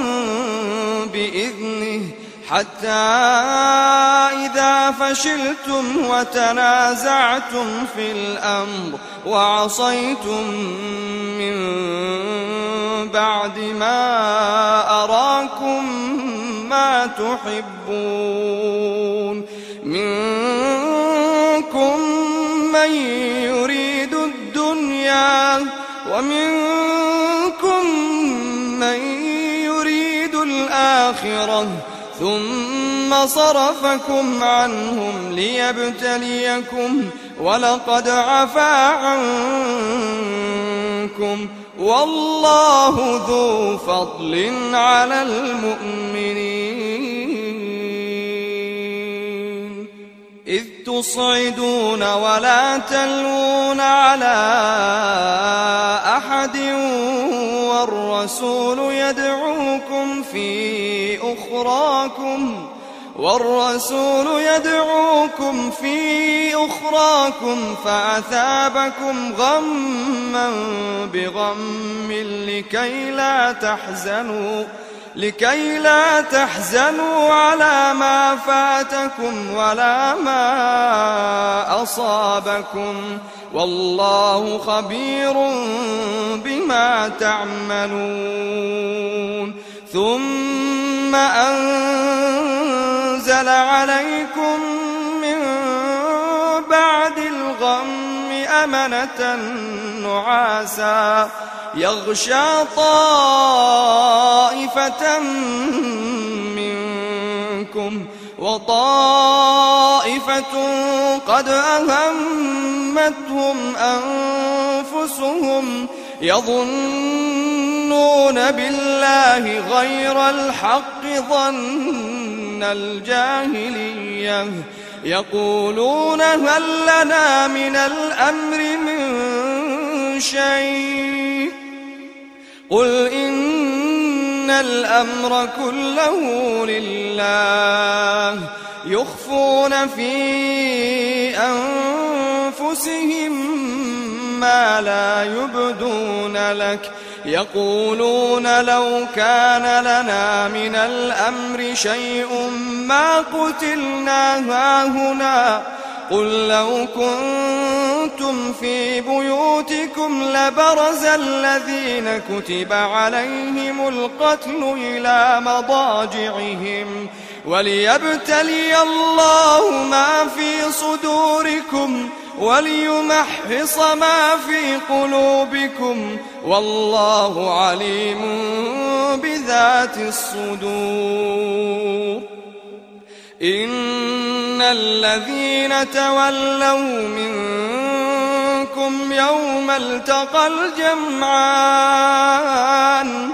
بإذنه حتى إذا فشلتم وتنازعتم في الأمر وعصيتم من بعد ما أراكم ما تحبون منكم من يريد الدنيا ومنكم من يريد الآخرة ثم صرفكم عنهم ليبتليكم ولقد عفا عنكم والله ذو فضل على المؤمنين إذ تصعدون ولا تلوون على أحد والرسول يدعوكم في أخراكم والرسول يدعوكم في أخراكم فأثابكم غما بغم لكي لا تحزنوا لكي لا تحزنوا على ما فاتكم ولا ما أصابكم والله خبير بما تعملون ثم أنزل عليكم من بعد الغم أمنة نعاسا يغشى طائفة منكم وطائفة قد أهمتهم أنفسهم يظنون بالله غير الحق ظن الجاهلية يقولون هل لنا من الأمر من شيء قل إن الأمر كله لله يخفون في أنفسهم ما لا يبدون لك يقولون لو كان لنا من الأمر شيء ما قتلنا هاهنا قل لو كنتم في بيوتكم لبرز الذين كتب عليهم القتل إلى مضاجعهم وليبتلي الله ما في صدوركم وليمحص ما في قلوبكم والله عليم بذات الصدور. إن الذين تولوا منكم يوم التقى الجمعان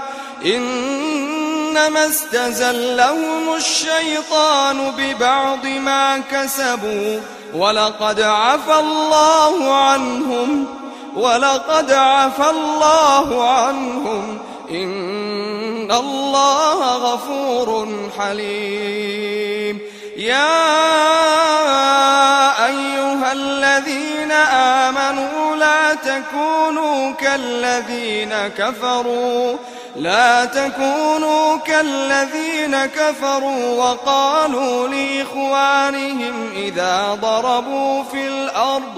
إنما استزلهم الشيطان ببعض ما كسبوا ولقد عفى الله عنهم ولقد عفى الله عنهم إن الله غفور حليم. يا أيها الذين آمنوا لا تكونوا كالذين كفروا لا تكونوا كالذين كفروا وقالوا لإخوانهم إذا ضربوا في الأرض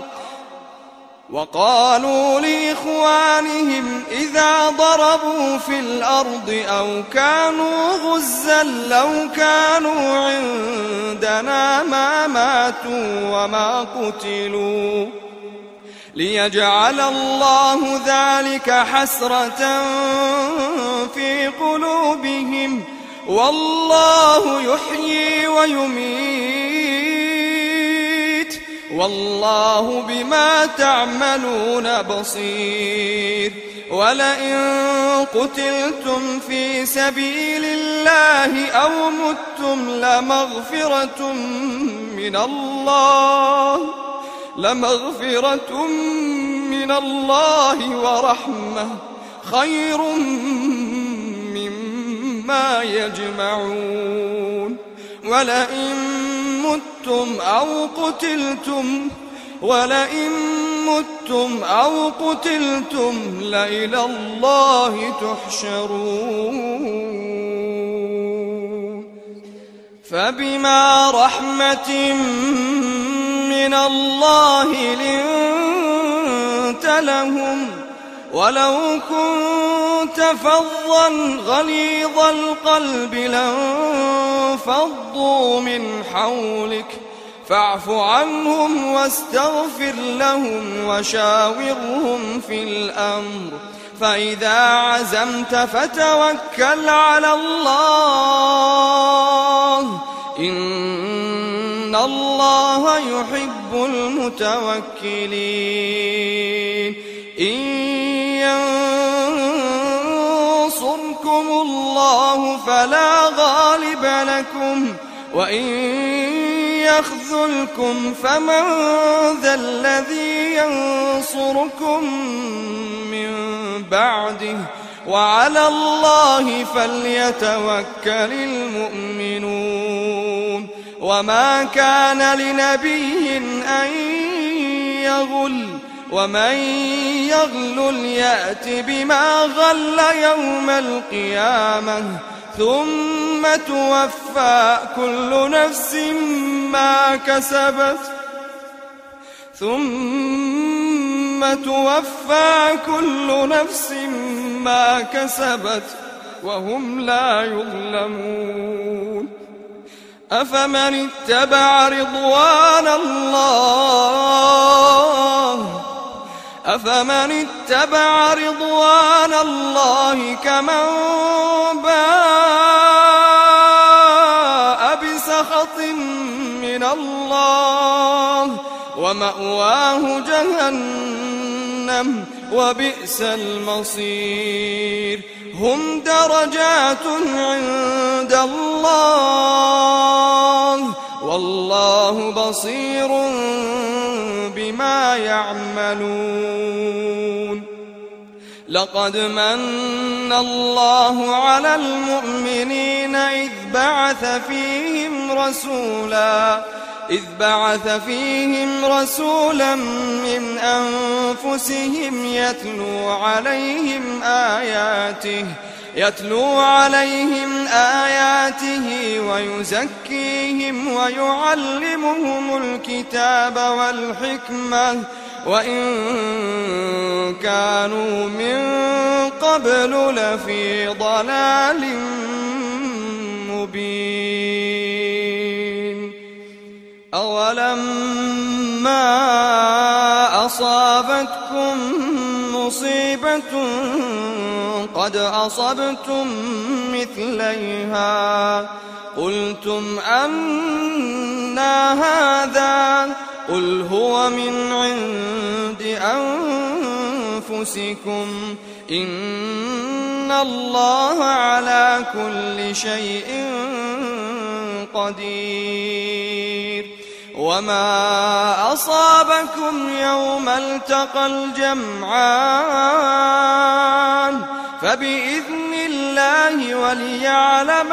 وقالوا لإخوانهم إذا ضربوا في الأرض أو كانوا غزا لو كانوا عندنا ما ماتوا وما قتلوا ليجعل الله ذلك حسرة في قلوبهم والله يحيي ويميت والله بما تعملون بصير. ولئن قتلتم في سبيل الله أو متم لمغفرة من الله لمغفرة من الله ورحمة خير مما يجمعون. ولئن متم أو قتلتم ولئن متم أو قتلتم لإلى الله تحشرون. فبما رحمة من الله لنت لهم ولو كنت فظا غليظ القلب لانفضوا من حولك فاعف عنهم واستغفر لهم وشاورهم في الأمر فإذا عزمت فتوكل على الله إن الله يحب المتوكلين. إن ينصركم الله فلا غالب لكم وإن يخذلكم فمن ذا الذي ينصركم من بعده وعلى الله فليتوكل المؤمنون. وما كان لنبي أن يغل ومن يغلل يأت بما غل يوم القيامة ثم توفى كل نفس ما كسبت ثم توفى كل نفس ما كسبت وهم لا يظلمون. أفمن اتبع رضوان الله أفمن اتبع رضوان الله كمن باء بسخط من الله ومأواه جهنم وبئس المصير. هم درجات عند الله والله بصير بما يعملون. لقد من الله على المؤمنين إذ بعث فيهم رسولا إذ بعث فيهم رسولا من أنفسهم يتلو عليهم آياته يتلو عليهم آياته ويزكيهم ويعلمهم الكتاب والحكمة وإن كانوا من قبل لفي ضلال مبين. أولما أصابتكم مصيبة قد أصبتم مثليها قلتم أنى هذا قل هو من عند أنفسكم إن الله على كل شيء قدير وما أصابكم يوم التقى الجمعان فبإذن الله وليعلم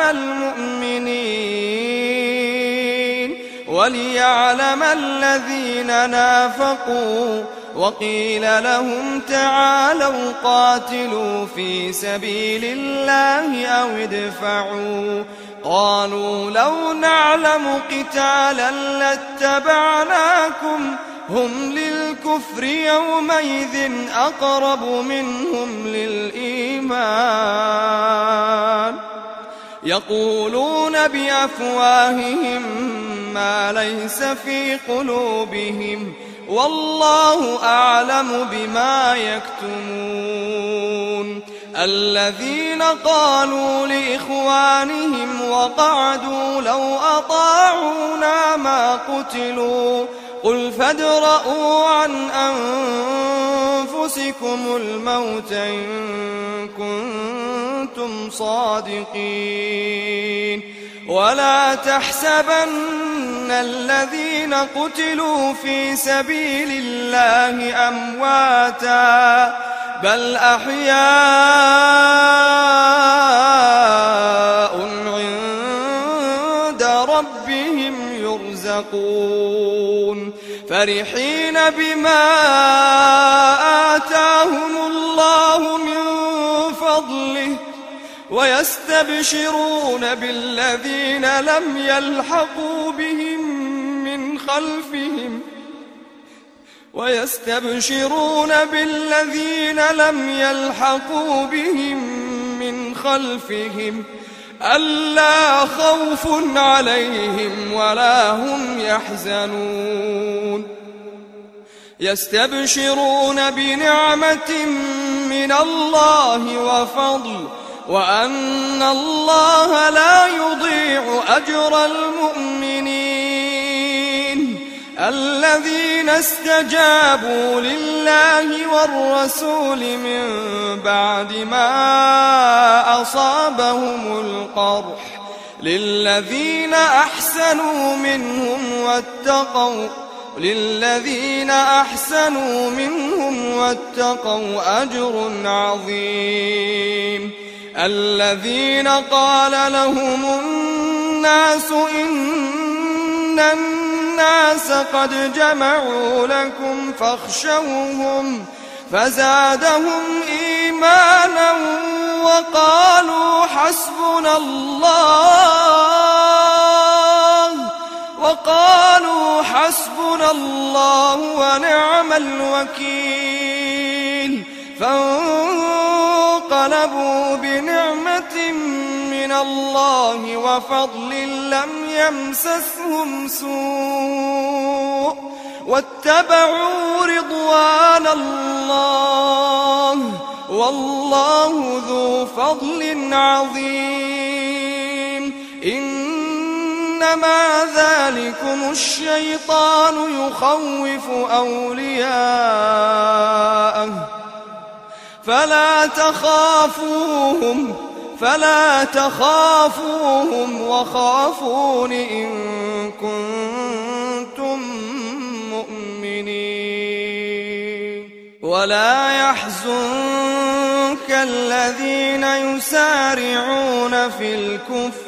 المؤمنين وليعلم الذين نافقوا وقيل لهم تعالوا قاتلوا في سبيل الله أو ادفعوا قالوا لو نعلم قتالا لاتبعناكم هم للكفر يومئذ أقرب منهم للإيمان يقولون بأفواههم ما ليس في قلوبهم والله أعلم بما يكتمون الذين قالوا لإخوانهم وقعدوا لو أطاعونا ما قتلوا قل فادرءوا عن أنفسكم الموت إن كنتم صادقين ولا تحسبن الذين قتلوا في سبيل الله أمواتا بل أحياء عند ربهم يرزقون فرحين بما آتاهم الله من فضله ويستبشرون بالذين لم يلحقوا بهم من خلفهم ويستبشرون بالذين لم يلحقوا بهم من خلفهم ألا خوف عليهم ولا هم يحزنون يستبشرون بنعمة من الله وفضل وأن الله لا يضيع أجر المؤمنين الذين استجابوا لله والرسول من بعد ما أصابهم القرح للذين أحسنوا منهم واتقوا للذين أحسنوا منهم واتقوا أجر عظيم الذين قال لهم الناس إن الناس قد جمعوا لكم فاخشوهم فزادهم إيمانا وقالوا حسبنا الله وقالوا حسبنا الله ونعم الوكيل فانقلبوا بنعمة من الله وفضل لم يمسسهم سوء واتبعوا رضوان الله والله ذو فضل عظيم إنما ذلكم الشيطان يخوف أولياءه فلا تخافوهم فلا تخافوهم وخافون إن كنتم مؤمنين ولا يحزنك الذين يسارعون في الكفر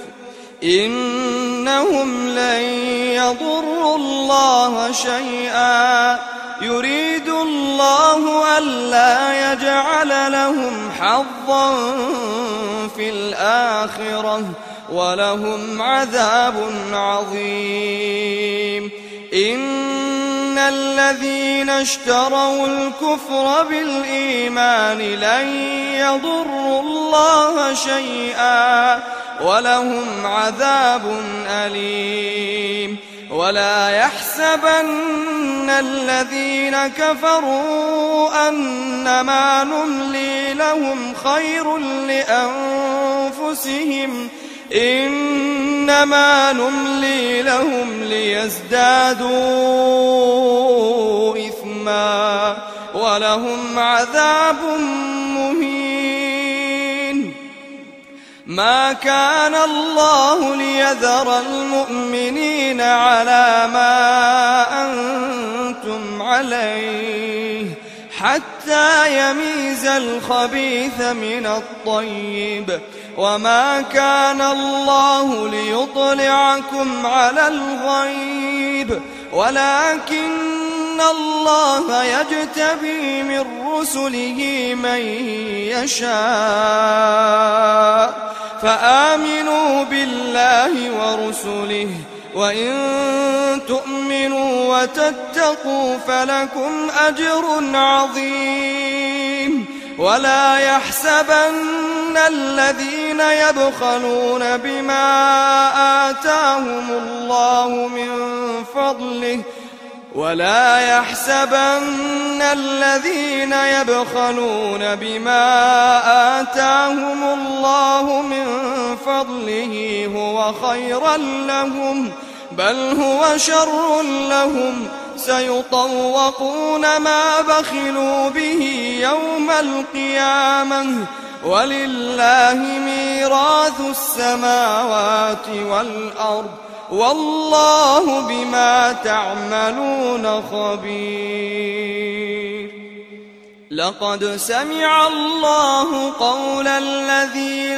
إنهم لن يضروا الله شيئا يريد الله ألا يجعل لهم حظا في الآخرة ولهم عذاب عظيم إن الذين اشتروا الكفر بالإيمان لن يضروا الله شيئا ولهم عذاب أليم ولا يحسبن الذين كفروا أنما نملي لهم خير لأنفسهم إنما نملي لهم ليزدادوا إثما ولهم عذاب مهين. ما كان الله ليذر المؤمنين على ما أنتم عليه حتى يميز الخبيث من الطيب وما كان الله ليطلعكم على الغيب ولكن الله يجتبي من رسله من يشاء فآمنوا بالله ورسله وإن تؤمنوا وتتقوا فلكم أجر عظيم. ولا يحسبن الذين يبخلون بما آتاهم الله من فضله ولا يحسبن الذين يبخلون بما آتاهم الله من فضله هو خيرا لهم بل هو شر لهم سيطوقون ما بخلوا به يوم القيامة ولله ميراث السماوات والأرض والله بما تعملون خبير. لقد سمع الله قول الذين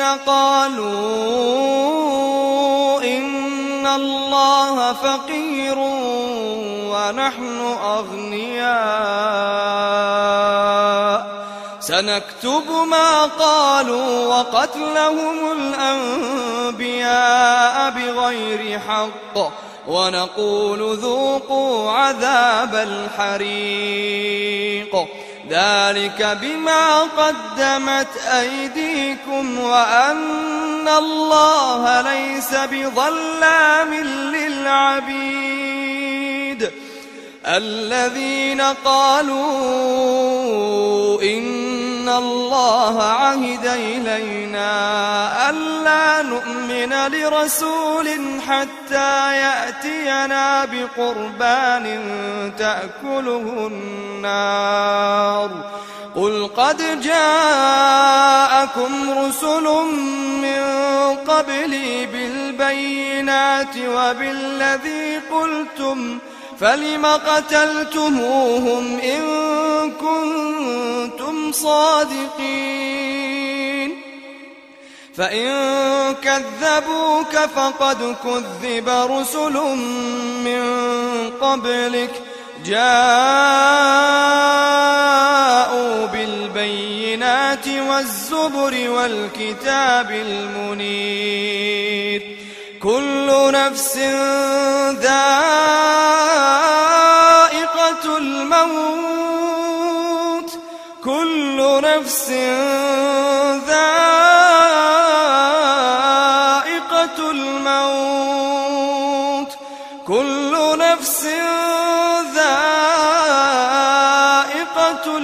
قالوا إن الله فقير ونحن أغنياء سنكتب ما قالوا وقتلهم الأنبياء بغير حق ونقول ذوقوا عذاب الحريق ذلك بما قدمت أيديكم وأن الله ليس بظلام للعبيد. الذين قالوا إن الله عهد إلينا ألا نؤمن لرسول حتى يأتينا بقربان تأكله النار قل قد جاءكم رسل من قبلي بالبينات وبالذي قلتم فلم قتلتموهم إن كنتم صادقين فإن كذبوك فقد كذب رسل من قبلك جاءوا بالبينات والزبر والكتاب المنير كل نفس ذائقة الموت كل نفس ذائقة الموت كل نفس ذائقة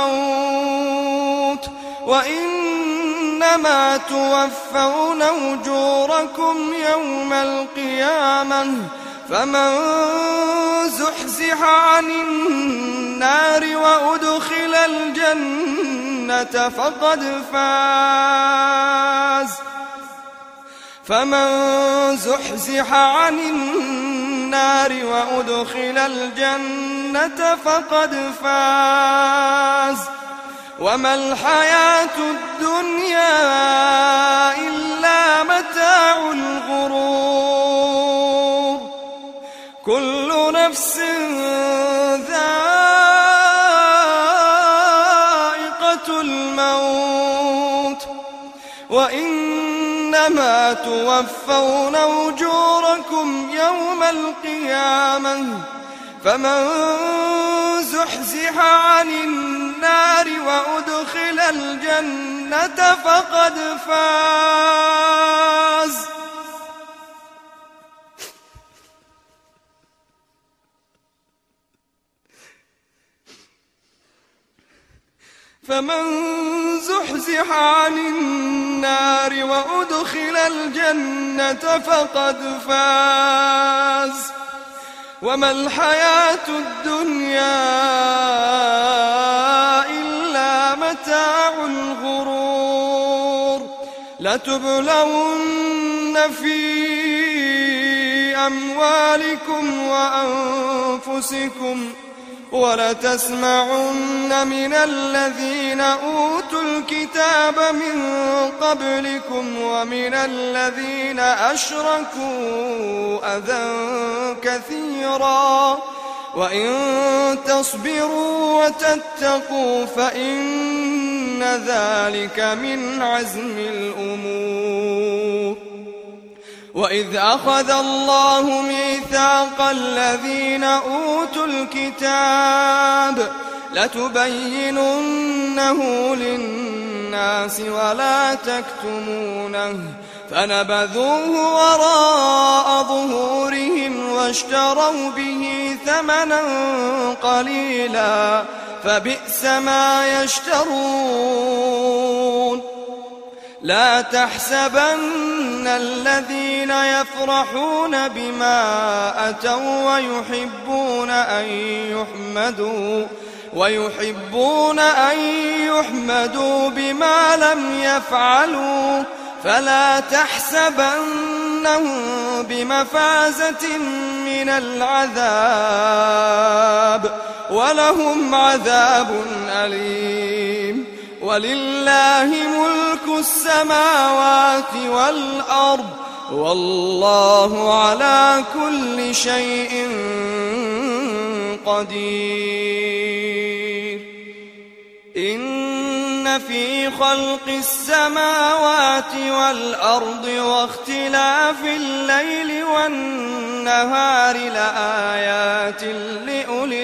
الموت وإنما توفون أجوركم يوم القيامة فمن زحزح عن النار وأدخل الجنة فقد فاز فمن زحزح عن النار وأدخل الجنة فقد فاز وما الحياة الدنيا إلا متاع الغرور كل نفس ذائقة الموت وإنما توفون أجوركم يوم القيامة فمن زحزح عن النار وأدخل الجنة فقد فاز فمن زحزح عن النار وأدخل الجنة فقد فاز وما الحياة الدنيا إلا متاع الغرور لتبلون في أموالكم وأنفسكم ولتسمعن من الذين أوتوا الكتاب من قبلكم ومن الذين أشركوا أذى كثيرا وإن تصبروا وتتقوا فإن ذلك من عزم الأمور وإذ أخذ الله ميثاق الذين أوتوا الكتاب لتبيننه للناس ولا تكتمونه فنبذوه وراء ظهورهم واشتروا به ثمنا قليلا فبئس ما يشترون لا تحسبن الذين يفرحون بما أتوا ويحبون أن يحمدوا ويحبون أن يحمدوا بما لم يفعلوا فلا تحسبنهم بمفازة من العذاب ولهم عذاب أليم ولله ملك السماوات والأرض والله على كل شيء قدير إن في خلق السماوات والأرض واختلاف الليل والنهار لآيات لأولي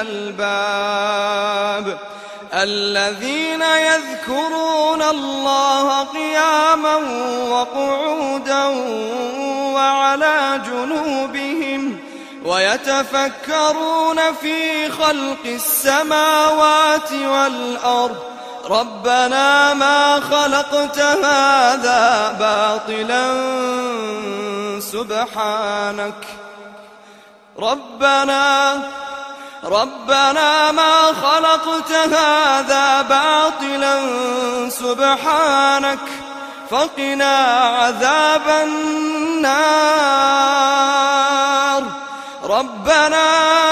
الألباب الذين يذكرون الله قياما وقعودا وعلى جنوبهم ويتفكرون في خلق السماوات والأرض ربنا ما خلقت هذا باطلا سبحانك ربنا ربنا ما خلقت هذا باطلا سبحانك فقنا عذاب النار ربنا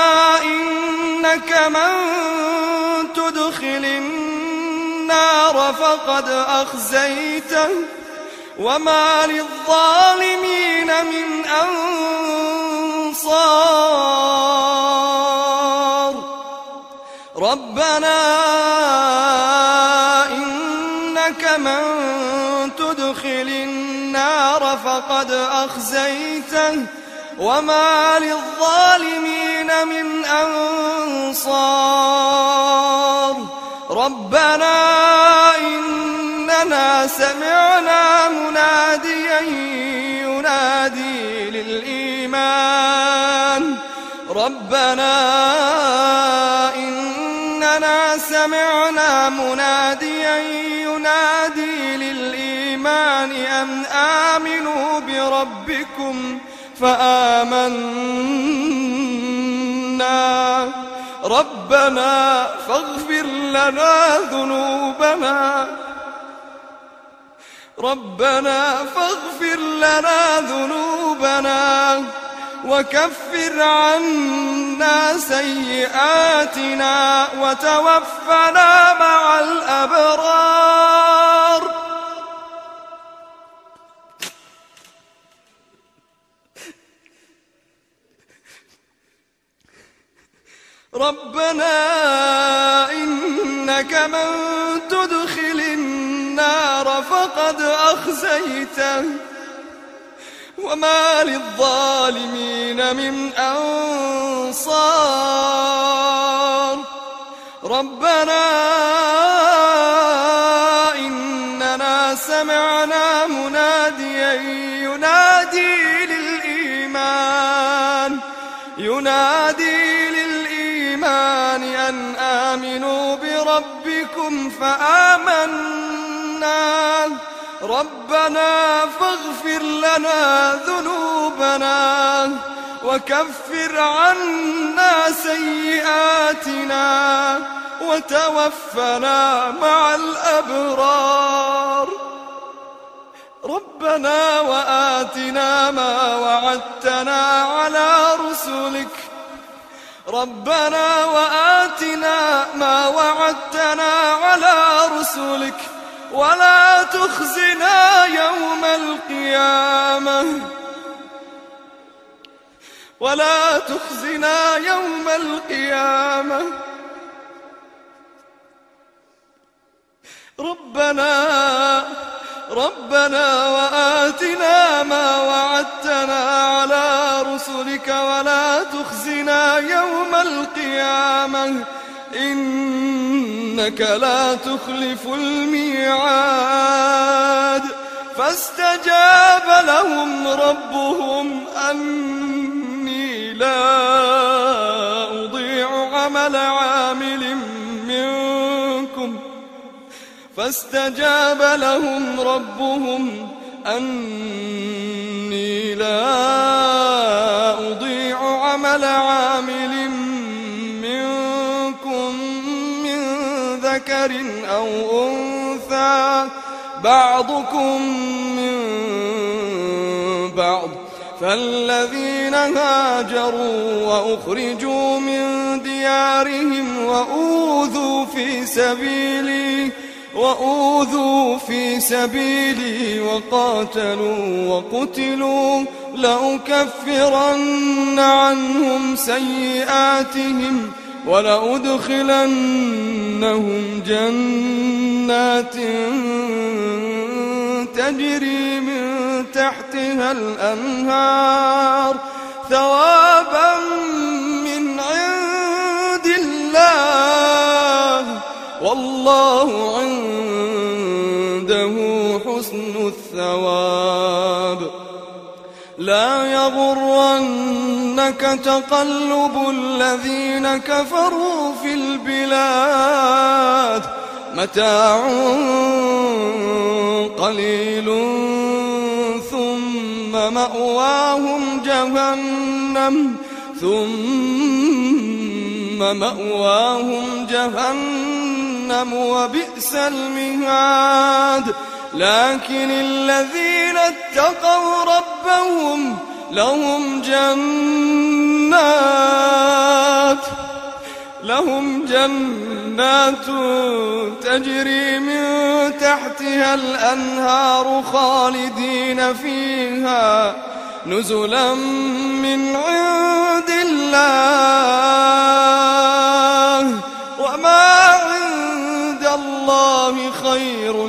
إنك من تدخل النار فقد أخزيته وما للظالمين من أنصار ربنا إنك من تدخل النار فقد أخزيته وما للظالمين من أنصار ربنا إننا سمعنا مناديا ينادي للإيمان ربنا إننا سمعنا مناديا ينادي للإيمان أن آمنوا بربكم فآمنا ربنا فاغفر لنا ذنوبنا ربنا فاغفر لنا ذنوبنا وكفر عنا سيئاتنا وتوفنا مع الأبرار ربنا إنك من تدخل النار فقد أخزيته وما للظالمين من أنصار ربنا إننا سمعنا مناديا ينادي للإيمان ينادي للإيمان الإيمان أن آمنوا بربكم فآمنا ربنا فاغفر لنا ذنوبنا وكفر عنا سيئاتنا وتوفنا مع الأبرار ربنا وآتنا ما وعدتنا على رسلك ربنا وآتنا ما وعدتنا على رسلك ولا تخزنا يوم القيامة ولا تخزنا يوم القيامة ربنا ربنا وآتنا ما وعدتنا على رسلك ولا تخزنا يوم القيامة إنك لا تخلف الميعاد فاستجاب لهم ربهم أني لا أضيع عمل عامل منكم فاستجاب لهم ربهم أني لا أضيع عمل عامل منكم من ذكر أو أنثى بعضكم من بعض فالذين هاجروا وأخرجوا من ديارهم وأوذوا في سبيلي وأوذوا في سبيلي وقاتلوا وقتلوا لأكفرن عنهم سيئاتهم ولأدخلنهم جنات تجري من تحتها الأنهار ثوابا من عند الله والله عنده حسن الثواب لا يغرنك تقلب الذين كفروا في البلاد متاع قليل ثم مأواهم جهنم ثم مأواهم جهنم وبئس المهاد لكن الذين اتقوا ربهم لهم جنات لهم جنات تجري من تحتها الأنهار خالدين فيها نزلا من عند الله وما عند الله خير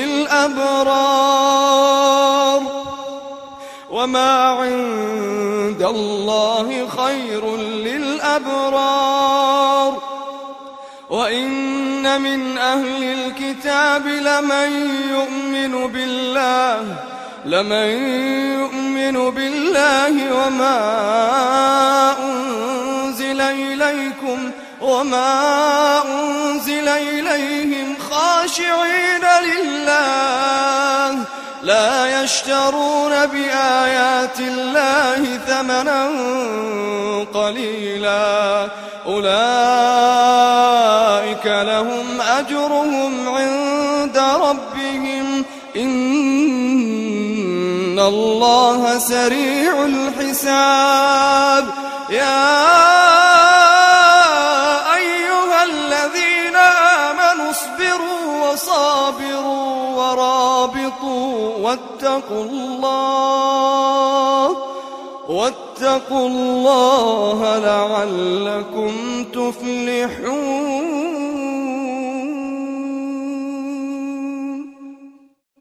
للأبرار وما عند الله خير للأبرار وإن من أهل الكتاب لمن يؤمن بالله لمن يؤمن بالله وما أنزل إليكم وما أنزل إليهم خاشعين لله لا يشترون بآيات الله ثمنا قليلا أولئك لهم أجرهم عند ربهم إن الله سريع الحساب يا أيها الذين آمنوا اصبروا وصابروا ورابطوا واتقوا الله واتقوا الله لعلكم تفلحون